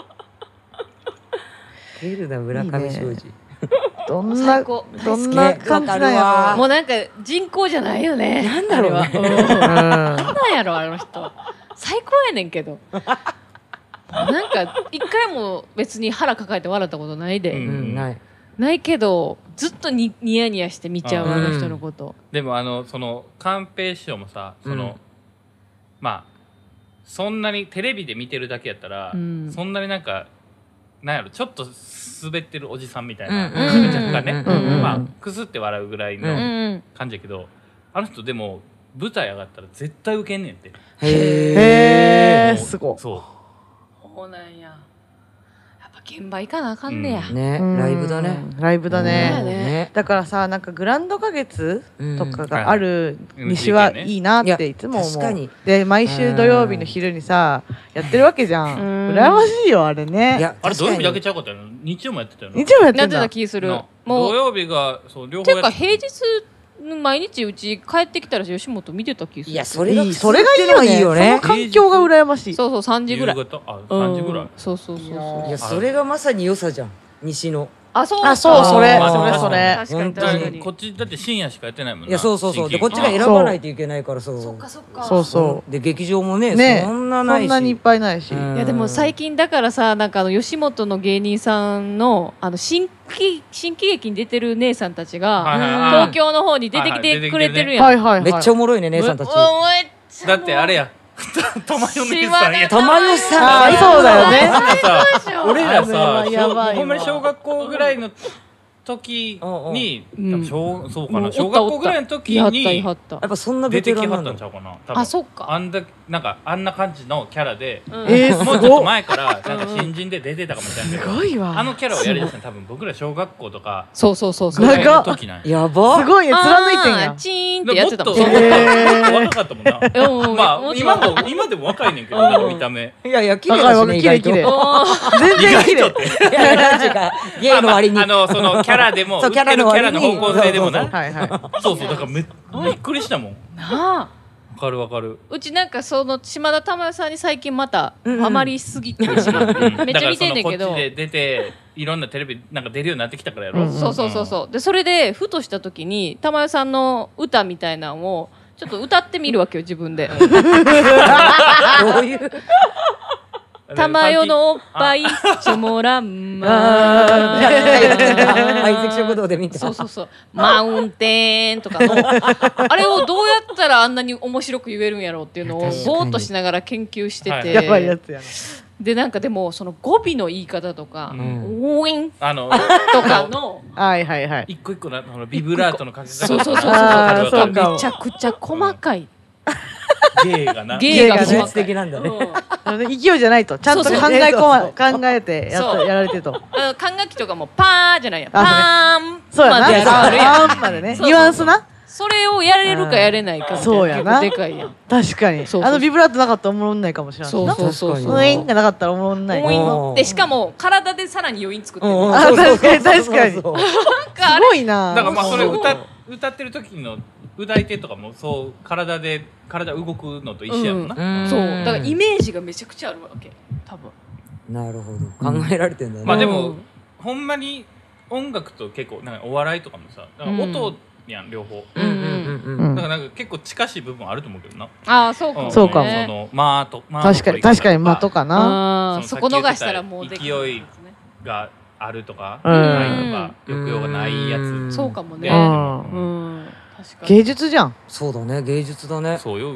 出るな、村上庄司。 どんな最高どんな感じなんやろもうなんか人工じゃないよね。 なんだろうねあれはなんなんやろあの人。最高やねんけど。なんか一回も別に腹抱えて笑ったことないで、 うん、ない。 ないけどずっとニヤニヤして見ちゃう、 うんあの人のこと。 でもその寛平師匠もさまあそんなにテレビで見てるだけやったら、 うんそんなになんかなんやろちょっと滑ってるおじさんみたいな、 うん若干ね、 うんまあくすって笑うぐらいうんのうん感じやけど、あの人でも舞台上がったら絶対ウケんねんって。 へーすごいそうそうなんや。やっぱ現場行かなあかんねや。 ね、ライブだね。 ライブだそうねやねだからさなんかグランド花月とかがあるうん西はいいなっていつも思う、 いや確かにで毎週土曜日の昼にさやってるわけじゃんうん羨ましいよあれねいや、 あれ土曜日だけ確ちゃうかったよな。日曜もやってたよな。 日曜もやってなんってんだた気する。 なもう土曜日がそう両ていうか方やって平日毎日うち帰ってきたら吉本見てた気する。 いや、それがいいそれがいいよねいいよねその環境が羨ましいそうそう3時ぐらい。 夕方3時ぐらい、 うんそうそうそうそう。 いや、それがまさに良さじゃん。西の。 あそうあそうそれまあそれそれ確かに本当に確かに。 こっちだって深夜しかやってないもんな。 いや、そうそうそう。で、こっちが新喜選ばないといけないから、そう。 そっかそっか。 そうそで、劇場もね、 うねそんなないし。 そんなにいっぱいないし、 うんいやでも最近だからさなんか吉本の芸人さんの新喜劇に出てる姉さんたちがはいはいはい東京の方に出てきてくれてるやん。 はいはいはいめっちゃおもろいね、姉さんたち。 だってあれや玉代姉さんや玉代さん。 あそうだよねね俺らあれさはやばいわほんまに小学校ぐらいの時にうんそうかなもう小学校ぐらいの時やったにいはったやっぱそんな出ベテランてきはなんだ。 ったんちゃうかな多分あそっか。 なんかあんな感じのキャラでうんもうちょっすごっと前からなんか新人で出てたかもしれないけすどごいわあのキャラをやりだしたの多分僕ら小学校とかそうそうそうそう。 長っぐらいの時なんややば。 すごいね貫いてんやあーチーンってやってたもん。 もっとへー若かったもんなうんまあもっと今でも若いねんけどなんか見た目いやいや、綺麗だしね、意外と。 綺麗綺麗お全然綺麗意外とっていや、なんていうか、ゲイの割に。 そのキャラでもそう売ってるキャラの方向性でもなそうはいはいそうそうだからびっくりしたもんーなあ。 わかるわかるうちなんかその島田珠代さんに最近またうんうんハマりすぎてしまってめっちゃ見てんねんけどだからそのこっちで出ていろんなテレビなんか出るようになってきたからやろ、 うんそうそうそうそうでそれでふとした時に珠代さんの歌みたいなのをちょっと歌ってみるわけよ自分でどういう。 玉代のおっぱいチョモランマあ相席食堂で見た。 そうそうそうマウンテンとかのあれをどうやったらあんなに面白く言えるんやろうっていうのを確かにぼーっとしながら研究してはいてやばいやつやなでなんかでもその語尾の言い方とか、 うウィンとかのはいはいはい一個一個のビブラートのかけ方そうそうそうそうあーそうかもめちゃくちゃ細かい、 芸がな芸が芸がね技術的なんだね。 勢いじゃないとちゃんと考そうそうえそう考えてそうやられてると管楽器とかもパーじゃないやパあーンそうやなまでやるあるやんあーんまでねそうそうそうニュアンスなそれをやれるかやれないかみたいなそうやな結構でかいやん確かにそうそうあのビブラートなかったらおもろんないかもしれないそうそうそうそう確かにウィンがなかったらおもろんないウィうんンでしかも体でさらに余韻作ってるうんあ確かに確かにそうそうそうなんかあすれごいなだからまあそれそう歌ってる時の歌い手とかもそう体動くのと一緒やもんな、 うんそうだからイメージがめちゃくちゃあるわけ多分なるほど。考えられてんだね。 うまあでもんほんまに音楽と結構なんかお笑いとかもさなんか音やん両方、 うんうんうんうん。 だからなんか結結構近しい部分あると思うけどな、 ああそうかもねそうかもその間と確かに確かに間とかなそこ逃したらもうできない勢いがあるとか、 うんないとか抑揚がないやつそうかもねでうんうん確かに芸術じゃんそうだね、芸術だね。 そうよ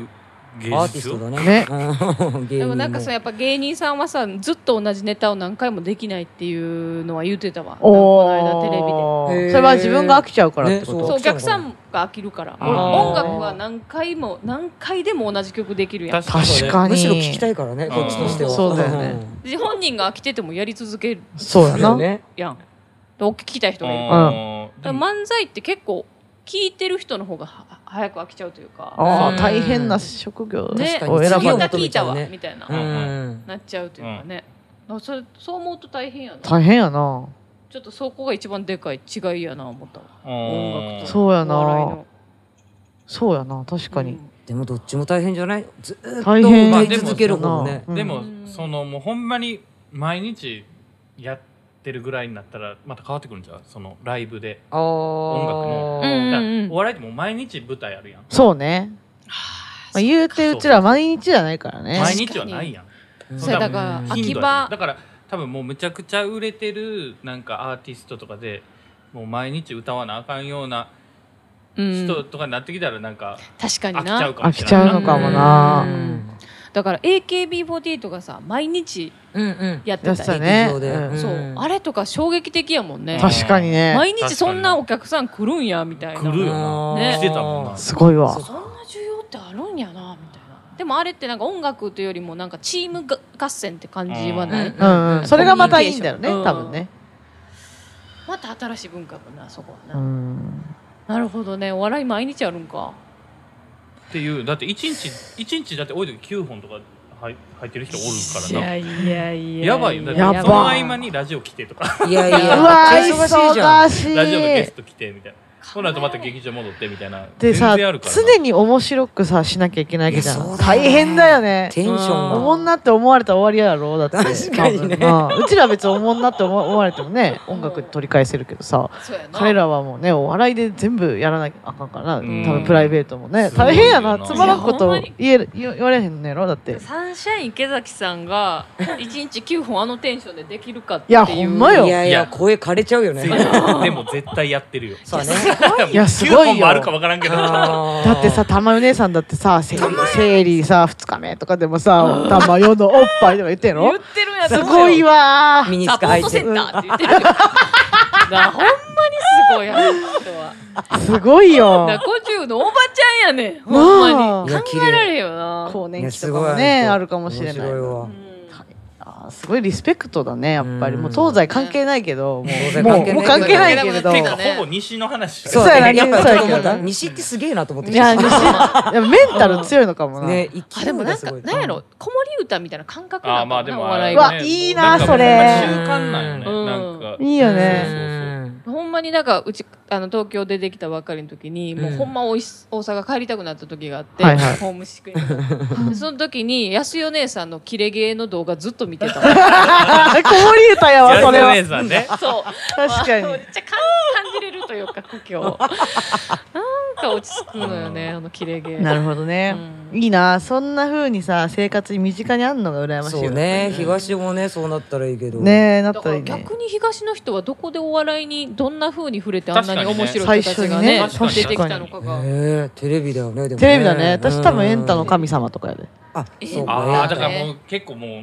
芸アーティス術よトだね。芸人でもなんかやっぱ芸人さんはさずっと同じネタを何回もできないっていうのは言ってたわ。この間テレビで。 それは自分が飽きちゃうからってこと、 そうお客さんが飽きるから。音楽は何回でも同じ曲できるやん。 確かにむしろ聞きたいからね、こっちとしては。 そうだよね。 本人が飽きててもやり続けるそうやなやん。聞きたい人がいるから。漫才って結構聞いてる人の方が早く飽きちゃうというか。 大変な職業ね。 を選ばれ聞いたわみたいななっちゃうというかね。そう思うと大変やな。 大変やな。 ちょっとそこが一番でかい違いやな思ったわ。音楽とそうやな。そうやな、確かに。 でもどっちも大変じゃない？ずっと大変歌い続ける方ね。 でももうほんまに毎日やってるぐらいになったらまた変わってくるんじゃう？そのライブで音楽のお笑いってもう毎日舞台あるやん。 そうね。言うてうちら毎日じゃないからね。 毎日はないやん。 それだから秋葉だから多分もうむちゃくちゃ売れてるなんかアーティストとかでもう毎日歌わなあかんような人とかになってきたらなんか確かにな飽きちゃうのかもな。 だから AKB48 がさ毎日やってたりね。 そうあれとか衝撃的やもんね。 確かにね。 毎日そんなお客さん来るんやみたいな。 来るよな。来てたもんな。 すごいわ。 そんな需要ってあるんやなみたいな。でもあれってなんか音楽というよりもなんかチーム合戦って感じはない。 それがまたいいんだよね、多分ね。 また新しい文化もなそこはな。なるほどね。お笑い毎日あるんか。 っていうだって一日だって多い時9本とか入ってる人おるからな。 いややばいよ。だってその合間にラジオ来てとか。 いやいや。 うわ忙しいじゃん。 ラジオのゲスト来てみたいな。その後また劇場戻ってみたいな。 でさ、常に面白くさしなきゃいけないわけじゃん。大変だよね。 テンションおもんなって思われたら終わりやろ。だって確かにね。 うちらは別におもんなって思われてもね、音楽取り返せるけどさ、彼らはもうねお笑いで全部やらなきゃあかんからな。多分プライベートもね大変やな。つまらんこと言われへんのやろだって。 サンシャイン池崎さんが1日9本あのテンションでできるかっていう。 いやほんまよ。 いやいや声枯れちゃうよね。 でも絶対やってるよ。 そうね。 いやすごいよ。 あるかわからんけど。 だってさ玉代姉さんだってさ生理さ2日目とかでもさ玉代のおっぱいとか言ってんの？ 言ってるんやつ。 すごいわ。 ミニスカ履いて。 サポートセンターって言ってる。ほんまにすごいや人は。 すごいよ。 50のおばちゃんやねん。ほんまに考えられへんよな。 更年期とかもねあるかもしれない。すごいリスペクトだねやっぱり。もう東西関係ないけどもう関係ないけれどほぼ西の話。 そうやな。西ってすげえなと思って。 いやメンタル強いのかもな。 でもなんかなんやろ子守歌みたいな感覚なのかなお笑いが。いいなそれ。 習慣なんよね。なんかいいよね。 ほんまになんかうち東京出てきたばっかりの時にもうほんま大阪帰りたくなった時があってホームシックにその時に安代姉さんのキレゲーの動画ずっと見てた。子守歌やわそれは。 安代姉さんね。 そう確かにめっちゃ感じれるというか故郷なんか落ち着くのよねあのキレゲー。 なるほどね。いいなそんな風にさ生活に身近にあんのが羨ましいよ。 そうね東もねそうなったらいいけどねなったらいいね。 逆に東の人はどこでお笑いにどんな風に触れてあんなに面白い人たちがね出てきたのかが。 テレビだよね。 テレビだね。私多分エンタの神様とかやで。 あそうか。 だからもう結構もう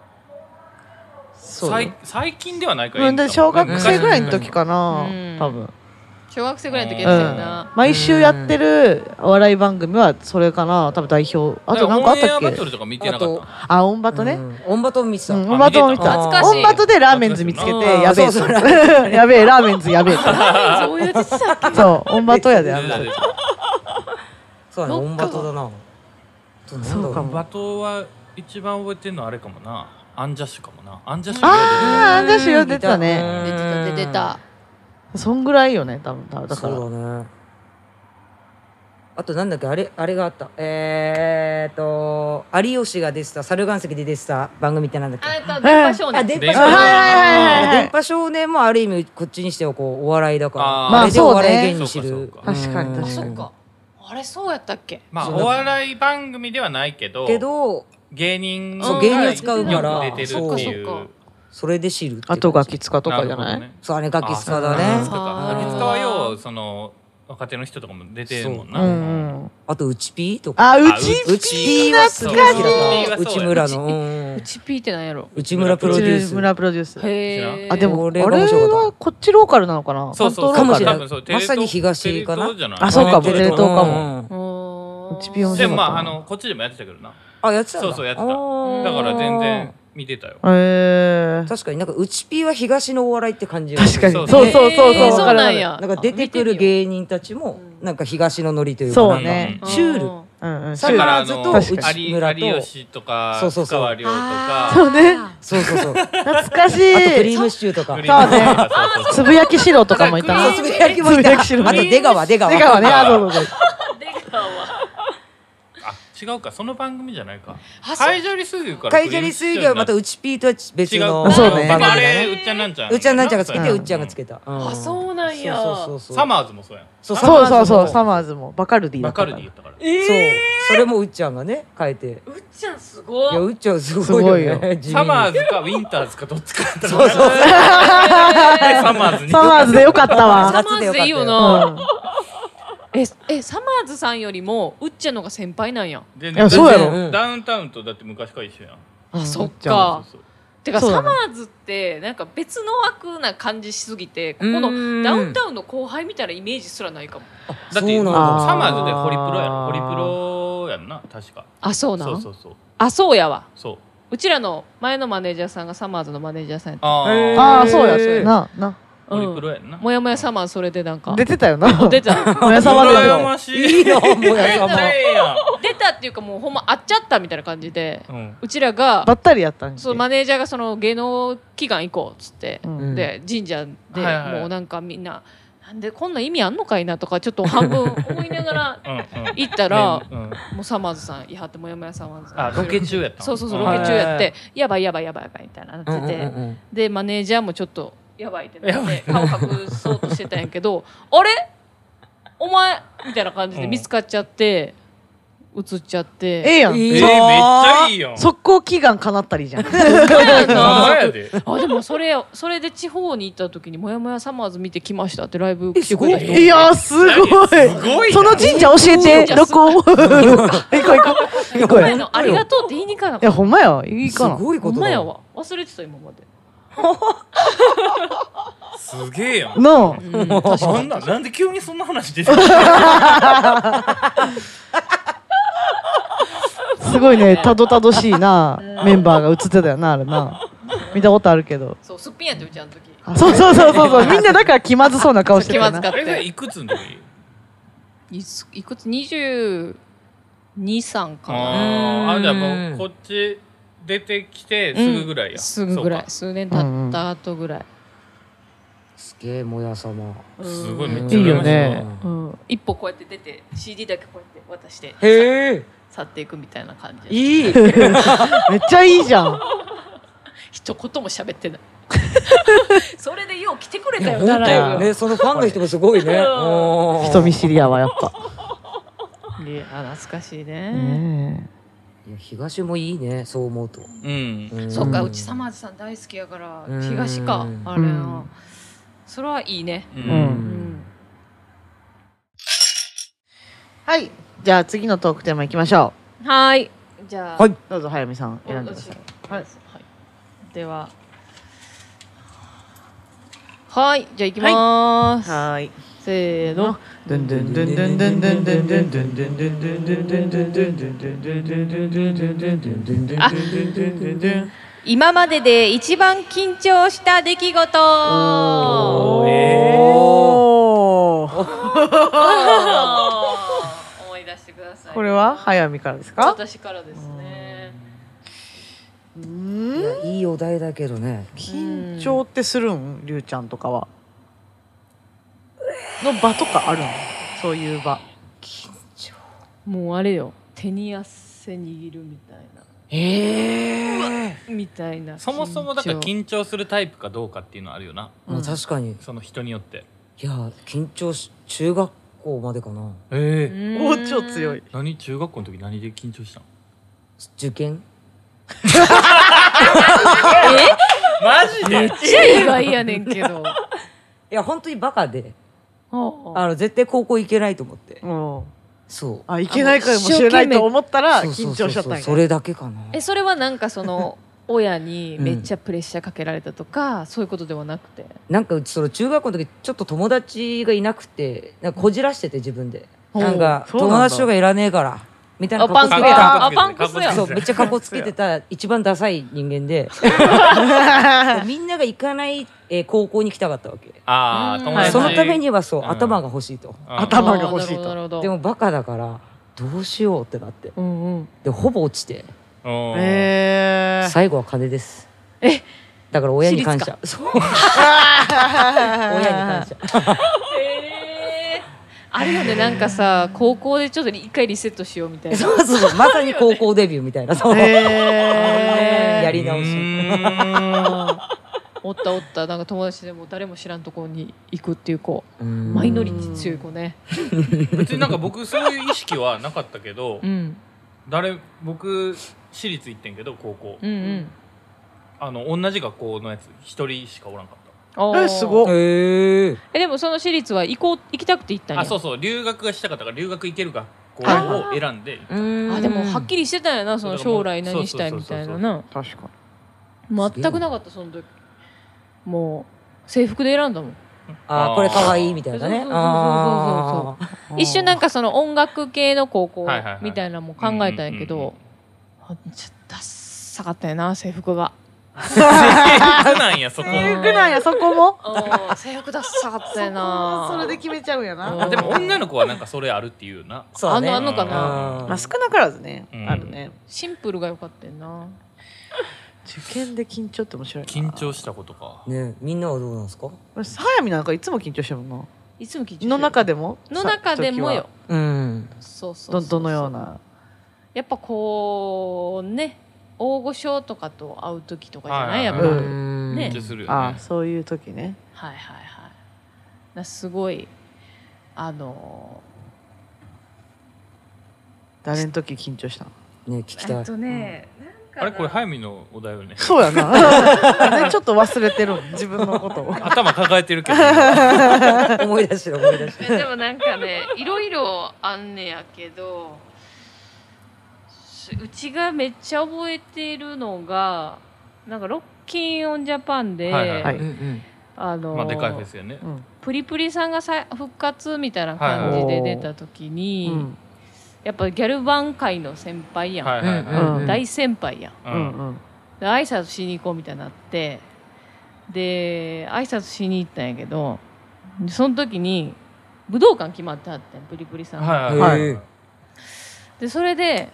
最近ではないか。 小学生ぐらいの時かな多分。 小学生ぐらいの時やったよな。 毎週やってるお笑い番組はそれかな多分代表。あとなんかあったっけ？あオンバトね。 オンバト見てた。 オンバト見た。オンバトでラーメンズ見つけてやべえ。やべえラーメンズやべえ。 そういうやつだっけ？ そうオンバトやであんな。 そうねオンバトだな。 そうかも。 オンバトは一番覚えてるのあれかもな。アンジャッシュかもな。アンジャッシュ。 アンジャッシュ出てたね。 出てた。 そんぐらいよね多分だから。 そうだね。あとなんだっけあれがあった有吉が出てた猿岩石で出てた番組ってなんだっけ？ 電波少年。 電波少年もある意味こっちにしてはこうお笑いだからあれでお笑い芸人知る。 確かに確かに。 あれそうやったっけ？ まあお笑い番組ではないけど芸人を使うから出てるっていう。 それで知る。 あとガキ使とかじゃない？ そうあれガキ使だね。 ガキ使はよその若手の人とかも出てるもんな。 あとうちピーとか。 あ、うちピー懐かしい。 内村のうちピーってなんやろ。 内村プロデュース。 内村プロデュース。 へえ。 あ、でもあれはこっちローカルなのかな。 そうそうかもしれない。 まさに東かな。 あ、そうかも。テレ東かも。うちピー面白かった。 でもこっちでもやってたけどな。 あ、やってた。 そうそうやってた。だから全然見てたよ。 確かになんかうちピーは東のお笑いって感じ。 確かに。そうそうなんや。 なんか出てくる芸人たちもなんか東のノリというか。 そうね。 シュール。 サマーズと有吉とか深川亮とか。 そうね。 そう。 懐かしい。 あとクリームシチューとか。 そうね。つぶやきしろとかもいた。 つぶやきもいた。あと出川ね。 出川ね。あ、そう。 違うか、その番組じゃないか。海砂利水魚から。 海砂利水魚はまたうちピーとは別のそうね。 あれうっちゃんなんちゃん。 うっちゃんなんちゃんがつけてうっちゃんがつけた。 あ、そうなんや。 サマーズもそうやん。 そうサマーズもバカルディ。 バカルディ言ったから。 そう。それもうっちゃんがね変えて。 うっちゃんすごい。 いやうっちゃんすごいよね。 サマーズかウィンターズかどっちかだったそう。 サマーズに。 サマーズでよかったわ。 サマーズでいいよな。サマーズさんよりもうっちゃんのが先輩なんや。 いやそうやろ。 ダウンタウンとだって昔から一緒やん。 あ、そっか。てかサマーズってなんか別の枠な感じしすぎて、ここのダウンタウンの後輩みたいなイメージすらないかも。 だってサマーズでホリプロやろ。ホリプロやんな確か。 あ、そうなん。 そう。 あ、そうやわ。 そう。 うちらの前のマネージャーさんがサマーズのマネージャーさんやった。 ああ、そうやな。 ホリプロやんな。 もやもやサマーそれでなんか出てたよな。 出た。 もやさまで羨ましい。 いいよもやさま。 出たっていうかもうほんま会っちゃったみたいな感じで、うちらがばったりやったんですそうマネージャーがその芸能祈願行こうっつって、で神社でもうなんかみんななんでこんな意味あんのかいなとかちょっと半分思いながら行ったらもうサマーズさんいはってもやもやサマーズさんロケ中やった。 そうロケ中やってやばいみたいななってて、でマネージャーもちょっとやばいってなって顔隠そうとしてたんやけどあれお前みたいな感じで見つかっちゃって映っちゃってええやん。 めっちゃいいよ。 速攻祈願叶ったりじゃん。 あ、でもそれで地方に行った時にもやもやサマーズ見てきましたってライブ来てくれた人いやすごい。その神社教えて。録音。行こう。 ありがとうって言いに行かなかった。 いやほんまやいいかな。 すごいことだ。 ほんまやわ。忘れてた今まで。 すげえやん。 なあ。なんで急にそんな話出てくる。 すごいねたどたどしいなメンバーが映ってたよなあれな。見たことあるけど。 そうすっぴんやってうちあの時。 そうみんなだから気まずそうな顔してたな。 気まずかった。 いくつの時？ いくつ22、3かな。あ、じゃあもうこっち出てきてすぐぐらいや。 すぐぐらい。数年経った後ぐらい。 すげえもやさま。 すごいめっちゃいいよね。 一歩こうやって出て CD だけこうやって渡して去っていくみたいな感じ。 いい。めっちゃいいじゃん。 一言も喋ってない。それでよう来てくれたよならね。そのファンの人もすごいね。 人見知りやわやっぱ。 いや懐かしいね。 いや東もいいねそう思うと。 そっかうちサマーズさん大好きやから東かあれな。それはいいね。 はい、じゃあ次のトークテーマいきましょう。はい。じゃあどうぞ早見さん選んでください。 はい。でははいじゃあいきます。 はい。 せーの。今までで一番緊張した出来事。思い出してください。 これは早見からですか？ 私からですね。 いいお題だけどね。 緊張ってするん？りゅうちゃんとかはの場とかあるの？そういう場。 緊張。 もうあれよ手に汗握るみたいな。みたいな。 そもそもだから緊張するタイプかどうかっていうのはあるよな。 確かに。 その人によって。 いや緊張中学校までかな。 もう超強い。 何中学校の時何で緊張したの？ 受験。 マジで？ めっちゃ意外やねんけど。 いや本当にバカで。 絶対高校行けないと思って。そう。 行けないかもしれないと思ったら緊張しちゃったんや。 それだけかな。 それはなんかその親にめっちゃプレッシャーかけられたとか、そういうことではなくて、 なんかうちその中学校の時ちょっと友達がいなくて、なんかこじらしてて自分で、なんか友達とかいらねえからみたいなパンクやパンクスや。 そうめっちゃカッコつけてた一番ダサい人間でみんなが行かない高校に行きたかったわけ。そのためにはそう頭が欲しいと。 頭が欲しいと。 でもバカだからどうしようってなって、でほぼ落ちて、最後は金です。だから親に感謝。親に感謝。 あるよね、なんかさ高校でちょっと一回リセットしようみたいな。 そうまさに高校デビューみたいな。やり直し。 おったなんか友達でも誰も知らんところに行くっていう子、マイノリティ強い子ね。 別になんか僕そういう意識はなかったけど、僕私立行ってんけど高校、同じ学校のやつ一人しかおらんかった。 すごい。 でもその私立は行きたくて行ったんや。 そう留学がしたかったから留学行ける学校を選んで行った。 でもはっきりしてたんやな、その将来何したいみたいなな。 確かに全くなかった。その時もう制服で選んだもん。 これ可愛いみたいなね。 一瞬なんかその音楽系の高校みたいなのも考えたんやけど、ちょっとダッサかったよな制服が。 制服なんやそこも。制服ダッサかったよな。 それで決めちゃうんやな。 でも女の子はなんかそれあるっていうな。 あんのかな。 少なからずねあるね。 シンプルが良かったよな。 受験で緊張って面白いな。 緊張したことかね。みんなはどうなんですか？ 早見なんかいつも緊張してるもんな。 いつも緊張してる。 の中でもよ。そうどのような。 やっぱこうね、大御所とかと会う時とかじゃない、やっぱね。 そういう時ね。 すごい誰の時緊張したの？ ね、聞きたい。 あれこれ早見のお題よね。 そうやな。ちょっと忘れてる自分のことを。 頭抱えてるけど。 思い出してる。 でもなんかね、いろいろあんねやけど、うちがめっちゃ覚えてるのが、なんかロッキンオンジャパンで、でかいフェスやね。 プリプリさんが復活みたいな感じで出た時に。やっぱギャル版界の先輩やん、大先輩やん、で挨拶しに行こうみたいになって、で挨拶しに行ったんやけど、その時に武道館決まってあってん、プリプリさんが。でそれで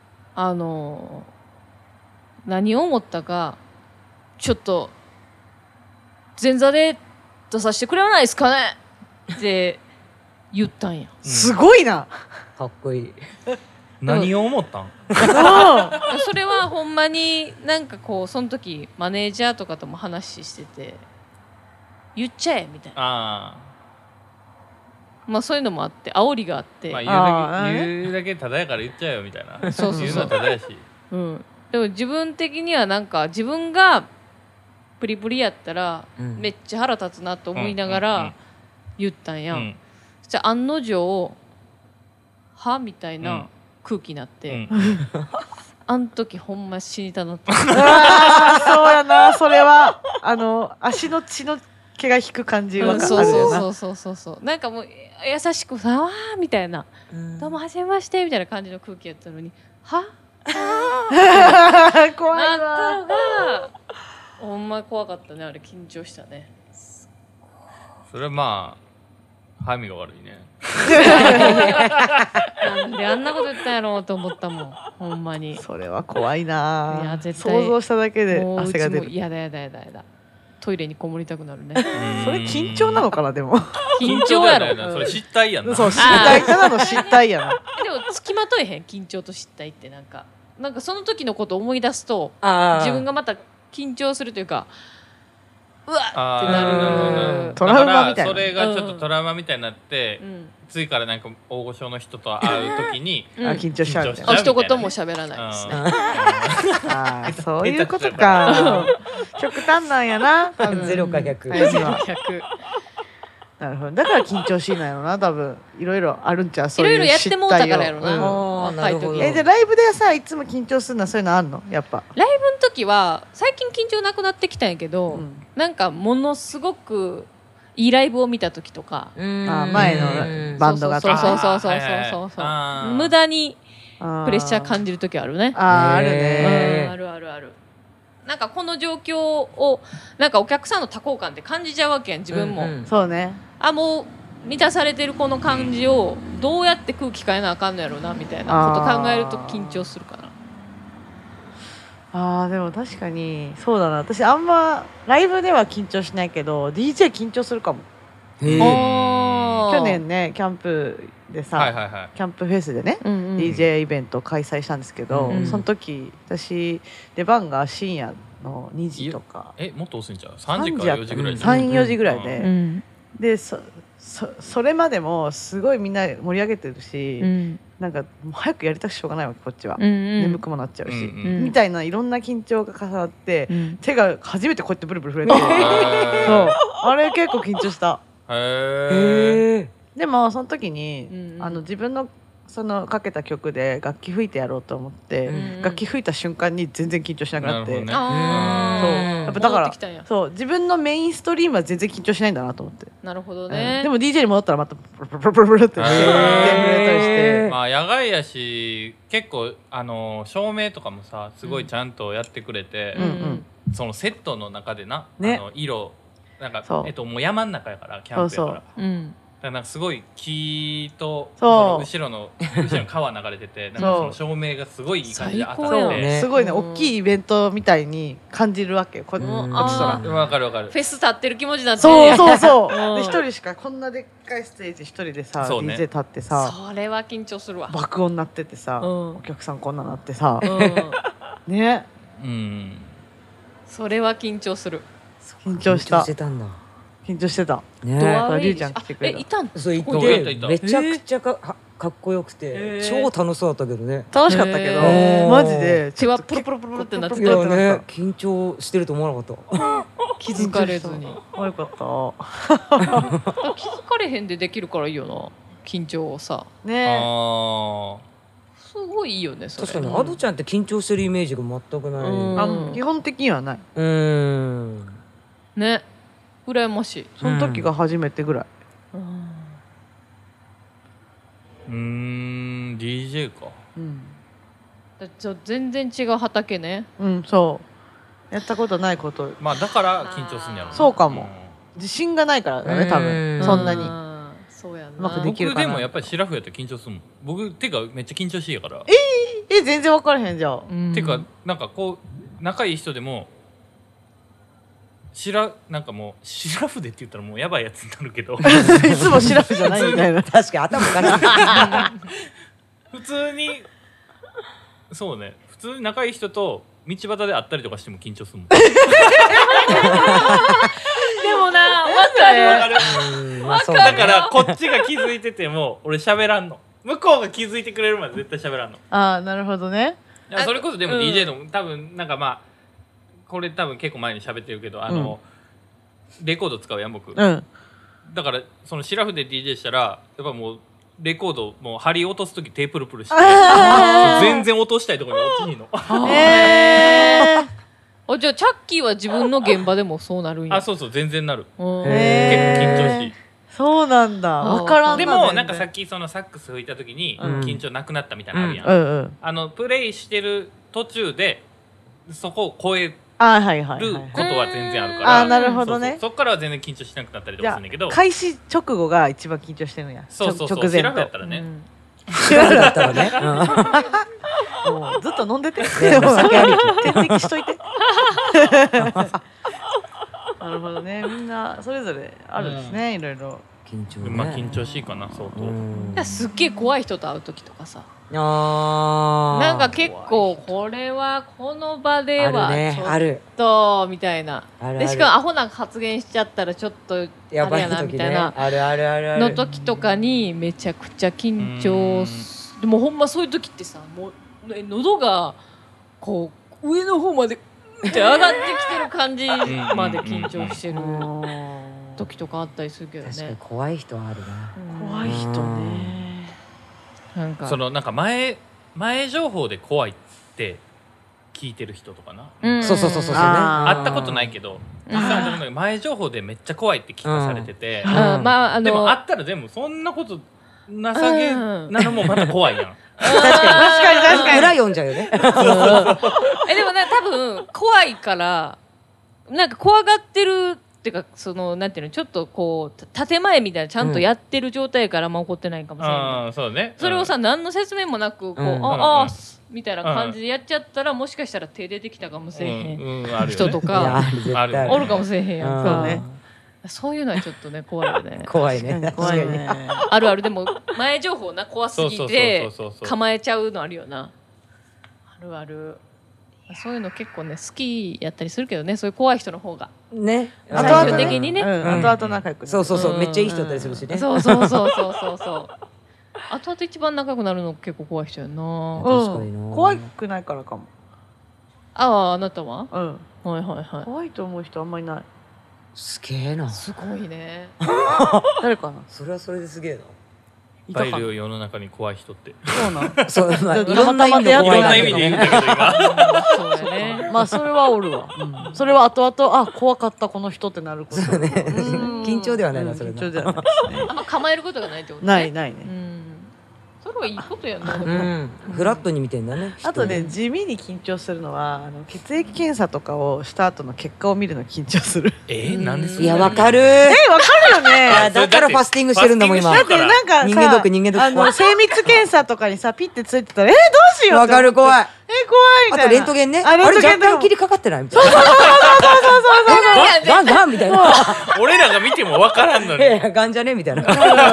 何を思ったか、ちょっと前座で出させてくれないですかねって言ったんや。 すごいな。 かっこいい。 何を思ったん？ それはほんまになんかこうその時マネージャーとかとも話してて、言っちゃえみたいな。まあそういうのもあって、煽りがあって、 言うだけただやから言っちゃえよみたいな。 そう言うのはただやし。 でも自分的にはなんか自分がプリプリやったらめっちゃ腹立つなと思いながら言ったんや。そしたら案の定はみたいな空気になって、あん時ほんま死にたなって。そうやな、それは足の血の毛が引く感じはあるよな。 そうなんかもう優しくさ、わーみたいな、どうもはじめましてみたいな感じの空気やったのに、は怖いわ。 なったのがほんま怖かったね。あれ緊張したね。 それはまあ早見が悪いね。 なんであんなこと言ったんやろうと思ったもん、ほんまに。 それは怖いな。 いや絶対想像しただけで汗が出る。 やだ。トイレにこもりたくなるね。 それ緊張なのかな。でも緊張やろ。 それ失態やな。 そう、失態、ただの失態やな。 でも付きまとえへん、緊張と失態ってなんかその時のことを思い出すと自分がまた緊張するというか、うわっってなる。 トラウマみたいな。 それがちょっとトラウマみたいになって、次からなんか大御所の人と会う時に緊張しちゃう。 一言も喋らないですね。 そういうことか。極端なんやな。 0か100。 なるほど。だから緊張しいなんやろな、多分いろいろあるんちゃう。 いろいろやってもうたからやろな、 若い時。 じゃあライブでさいつも緊張するのはそういうのあんの？やっぱライブの時は最近緊張なくなってきたんやけど、なんかものすごくいいライブを見た時とか、 前のバンドがそう無駄にプレッシャー感じる時あるね。 あるね。 ある。なんかこの状況をなんかお客さんの多幸感って感じちゃうわけやん自分も。 そうね。 もう満たされてるこの感じをどうやって空気変えなあかんのやろうなみたいなこと考えると緊張するかな。 でも確かにそうだな。私あんまライブでは緊張しないけど DJ 緊張するかも。去年ねキャンプでさ、キャンプフェスでね、DJ イベント開催したんですけど、その時私出番が深夜の2時とかもっと遅いんちゃう？3時から4時ぐらい 3、4時ぐらいで、それまでもすごいみんな盛り上げてるし、なんかもう早くやりたくしょうがないわけこっちは、眠くもなっちゃうし、みたいないろんな緊張が重なって、手が初めてこうやってブルブル震えてそうあれ結構緊張した。でもその時に、自分のそのかけた曲で楽器吹いてやろうと思って、楽器吹いた瞬間に全然緊張しなくなって、そうやっぱだからそう自分のメインストリームは全然緊張しないんだなと思って。 なるほどね。 でも DJ に戻ったらまたプルプルプルって震えたりして、 野外やし結構照明とかもさすごいちゃんとやってくれて、そのセットの中でな、色なんかもう山の中やからキャンプやから、なんかすごい木と後ろの川流れてて、なんかその照明がすごいいい感じで当たって、 すごいね大きいイベントみたいに感じるわけ。こっちとらわかる。 フェス立ってる気持ちになってる。 そうで一人しかこんなでっかいステージ一人でさ DJ 立ってさ、 それは緊張するわ。 爆音鳴っててさ、お客さんこんななってさね、 それは緊張する。 緊張した。緊張してた。 りゅうちゃん来てくれた。 いたん？ そういてめちゃくちゃかっこよくて超楽しそうだったけどね。 楽しかったけどマジで血はプルプルプルってなってた。 緊張してると思わなかった。 気づかれずに。 よかった。 気づかれへんでできるからいいよな。緊張をさ。 ね。 すごいいいよね。 確かにアドちゃんって緊張してるイメージが全くない。基本的にはない。 ね。羨ましい。 その時が初めてぐらい。 DJ か。 全然違う畑ね。 そうやったことないこと。 だから緊張するんやろ。 そうかも。自信がないからだね多分そんなに。 そうやな。 うまくできるかな。 僕でもやっぱりシラフやったら緊張するもん。僕てかめっちゃ緊張しいやから。 全然分からへんじゃん。 てかなんかこう仲いい人でもなんかもうシラフでって言ったらもうやばいやつになるけどいつもシラフじゃないみたいな。 確かに頭おかしい。 普通にそうね、普通に仲いい人と道端で会ったりとかしても緊張するもん。でもな、 わかる。だからこっちが気づいてても俺喋らんの。向こうが気づいてくれるまで絶対喋らんの。 なるほどね。 それこそでも DJ の多分なんかこれ多分結構前に喋ってるけどレコード使うやん僕。だからそのシラフで DJ したらやっぱもうレコードもう針落とす時手プルプルして全然落としたいところに落ちひんの。 じゃあチャッキーは自分の現場でもそうなるんや。 そう全然なる。結構緊張しい。 そうなんだ。分からんな。 でもなんかさっきそのサックス吹いた時に緊張なくなったみたいなのあるやん。プレイしてる途中でそこを超えることは全然あるから。 なるほどね。 そっからは全然緊張しなくなったりとかするんだけど、 開始直後が一番緊張してるんや。 直前シラフやったらね。 シラフだったらね。 もうずっと飲んでて。点滴しといて。なるほどね。みんなそれぞれあるんですね。いろいろ。 緊張しいかな相当。 すっげえ怖い人と会う時とかさ。なんか結構これはこの場ではちょっとみたいな。でしかもアホな発言しちゃったらちょっとあれやなみたいなの時とかにめちゃくちゃ緊張。でもほんまそういう時ってさ、もう喉がこう上の方までって上がってきてる感じまで緊張してる。 時とかあったりするけどね。 確かに怖い人はあるな。 怖い人ね。 なんか前情報で怖いって聞いてる人とかな。 そうね。 会ったことないけど、前情報でめっちゃ怖いって聞かされてて、でも会ったらでもそんなことなさげなのもまた怖いやん。 確かに裏読んじゃうよね。 でも多分怖いからなんか怖がってるっていうかなんていうのちょっとこう建前みたいなちゃんとやってる状態から起こってないかもしれない。 そうね。 それをさ何の説明もなくみたいな感じでやっちゃったらもしかしたら手出てきたかもしれへん人とかおるかもしれへんやんか。そういうのはちょっる怖いよね。 怖いね。 あるある。でも前情報な怖すぎて構えちゃうのあるよな。あるある。そういうの結構ね好きやったりするけどね、そういう怖い人の方がね、 最終的にね、 後々仲良く。 そうめっちゃいい人だったりするしね。 そう後々一番仲良くなるの結構怖い人やな。 確かにな。 怖くないからかも。 あなたは？ はい。怖いと思う人あんまりない。 すげえな。 すごいね。 誰かな。 それはそれですげえな。 いっぱいいるよ世の中に怖い人って。 そうなん。 いろんな意味で怖いな。 いろんな意味で言うんだけど今。 そうだね。 まあそれはおるわ。それは後々怖かったこの人ってなること。 緊張ではないなそれ。 緊張ではないですね。 あんま構えることがないってことね。 ないね。 それはいいことやな。 フラットに見てんだね。 あとね地味に緊張するのは血液検査とかをした後の結果を見るの緊張する。 なんでそいやわかる。 わかるよね。 だからファスティングしてるんだもん今。 だってなんか人間ドック精密検査とかにさピッてついてたらどうしよう。 わかる怖い。 怖いみたいな。 あとレントゲンね。あれ若干切りかかってないみたいな。ガンみたいな。 俺らが見てもわからんのに。 ガンじゃねみたいな。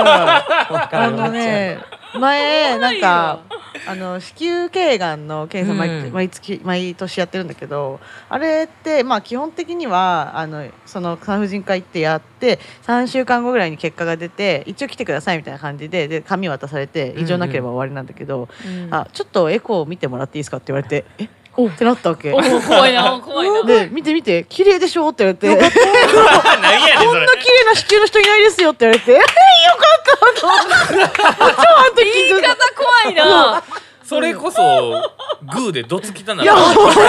前なんか子宮頸がんの検査毎年やってるんだけど、あれって基本的にはその産婦人科行ってやって3週間後ぐらいに結果が出て一応来てくださいみたいな感じで紙渡されて異常なければ終わりなんだけど、ちょっとエコー見てもらっていいですかって言われてってなったわけ。 怖いな。 で見て綺麗でしょって言われてこんな綺麗な子宮の人いないですよって言われてよかったと思って言い方怖いな。 それこそグーでどつきたな。 ってな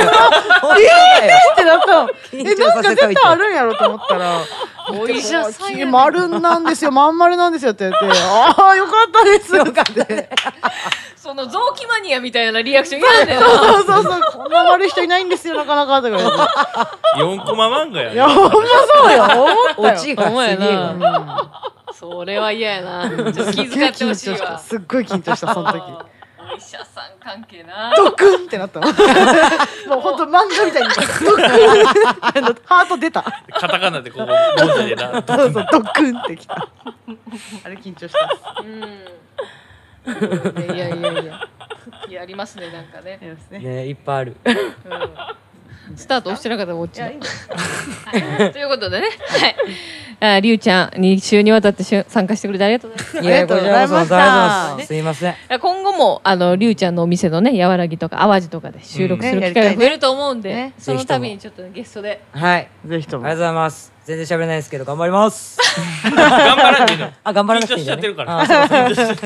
ったの。なんか絶対あるんやろと思ったらお医者さん丸なんですよまん丸なんですよって言ってよかったですってその臓器マニアみたいなリアクション嫌だよな。 そうこんな悪い人いないんですよなかなかとか言って 4コマ漫画やね。 いやほんまそうよ思ったよ。 オチがすげえな。 それは嫌やな。ちょっと気遣ってほしいわ。 すっごい緊張したその時。 お医者さん関係な。 ドクンってなったの。もう本当漫画みたいにドクンハート出た。 カタカナでこう文字でな。 そうドクンってきた。あれ緊張した。 いやありますねなんかね。 ねいっぱいある。 スタート押してなかったら落ちる。ということでね、はい。りゅうちゃん2週にわたって参加してくれてありがとうございます。 ありがとうございました。 すいません。 今後もりゅうちゃんのお店のねやわらぎとか淡路とかで収録する機会が増えると思うんで、その度にちょっとゲストで。 はい。 ぜひとも。 ありがとうございます。全然喋れないですけど頑張ります。 頑張らんでいいの。 頑張らなくていい緊張しちゃってるから。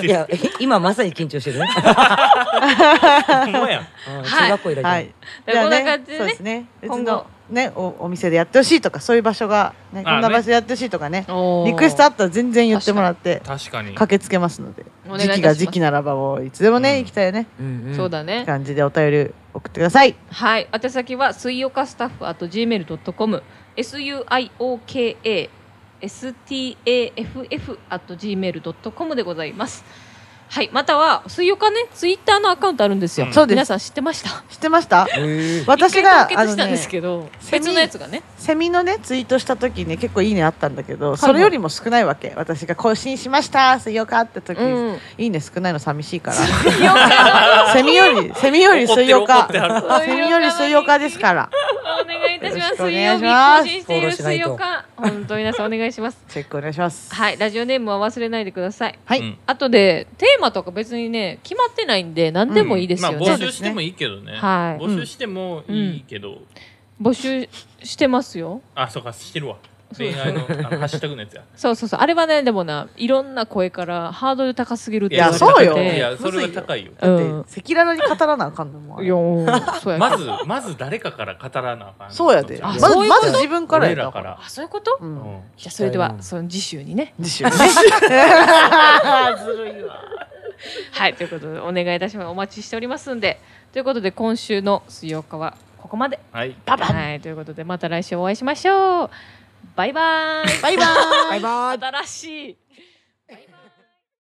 いや今まさに緊張してるね。 ほんまや。 中学校以来。 はい。 こんな感じでね。 そうですね。今後ねお店でやってほしいとかそういう場所がねこんな場所でやってほしいとかねリクエストあったら全然言ってもらって確かに駆けつけますので時期ならばもういつでもね行きたいねそうだね感じでお便り送ってください。 はい。宛先は水曜かスタッフ@gmail.com suiokastaf@gmail.com でございます。はい。または水曜かねツイッターのアカウントあるんですよ。 そうです。 皆さん知ってました？ 知ってました？私が一回凍結したんですけど別のやつがねセミのねツイートした時に結構いいねあったんだけどそれよりも少ないわけ。私が更新しました水曜かって時いいね少ないの寂しいからセミより水曜かセミより水曜かですからお願いいたします。 お水曜日願いします更新している水曜か本当に皆さんお願いします。 チェックお願いします。 はい。ラジオネームは忘れないでください。 はい。 あとでテーマとか別にね決まってないんで何でもいいですよね。 募集してもいいけどね。 はい。 募集してもいいけど。 募集してますよ。 あ、そうかしてるわ。 恋愛のハッシュタグのやつや。 そうそうそう、あれはねでもないろんな声からハードル高すぎるって言われてて。いやそうよ。 いやそれは高いよ。 だって赤裸々に語らなあかんのもん。 いやそうや。 まず誰かから語らなあかん。 そうやで。まず自分からやから。 あ、そういうこと？じゃあそれではその次週にね。 次週ね。ずるいわ。 はい、ということでお願いいたします。お待ちしておりますんで。ということで今週の水曜日はここまで。 はい。 はい、ということでまた来週お会いしましょう。バイバイ。 バイバイ。 バイバイ。 新しい。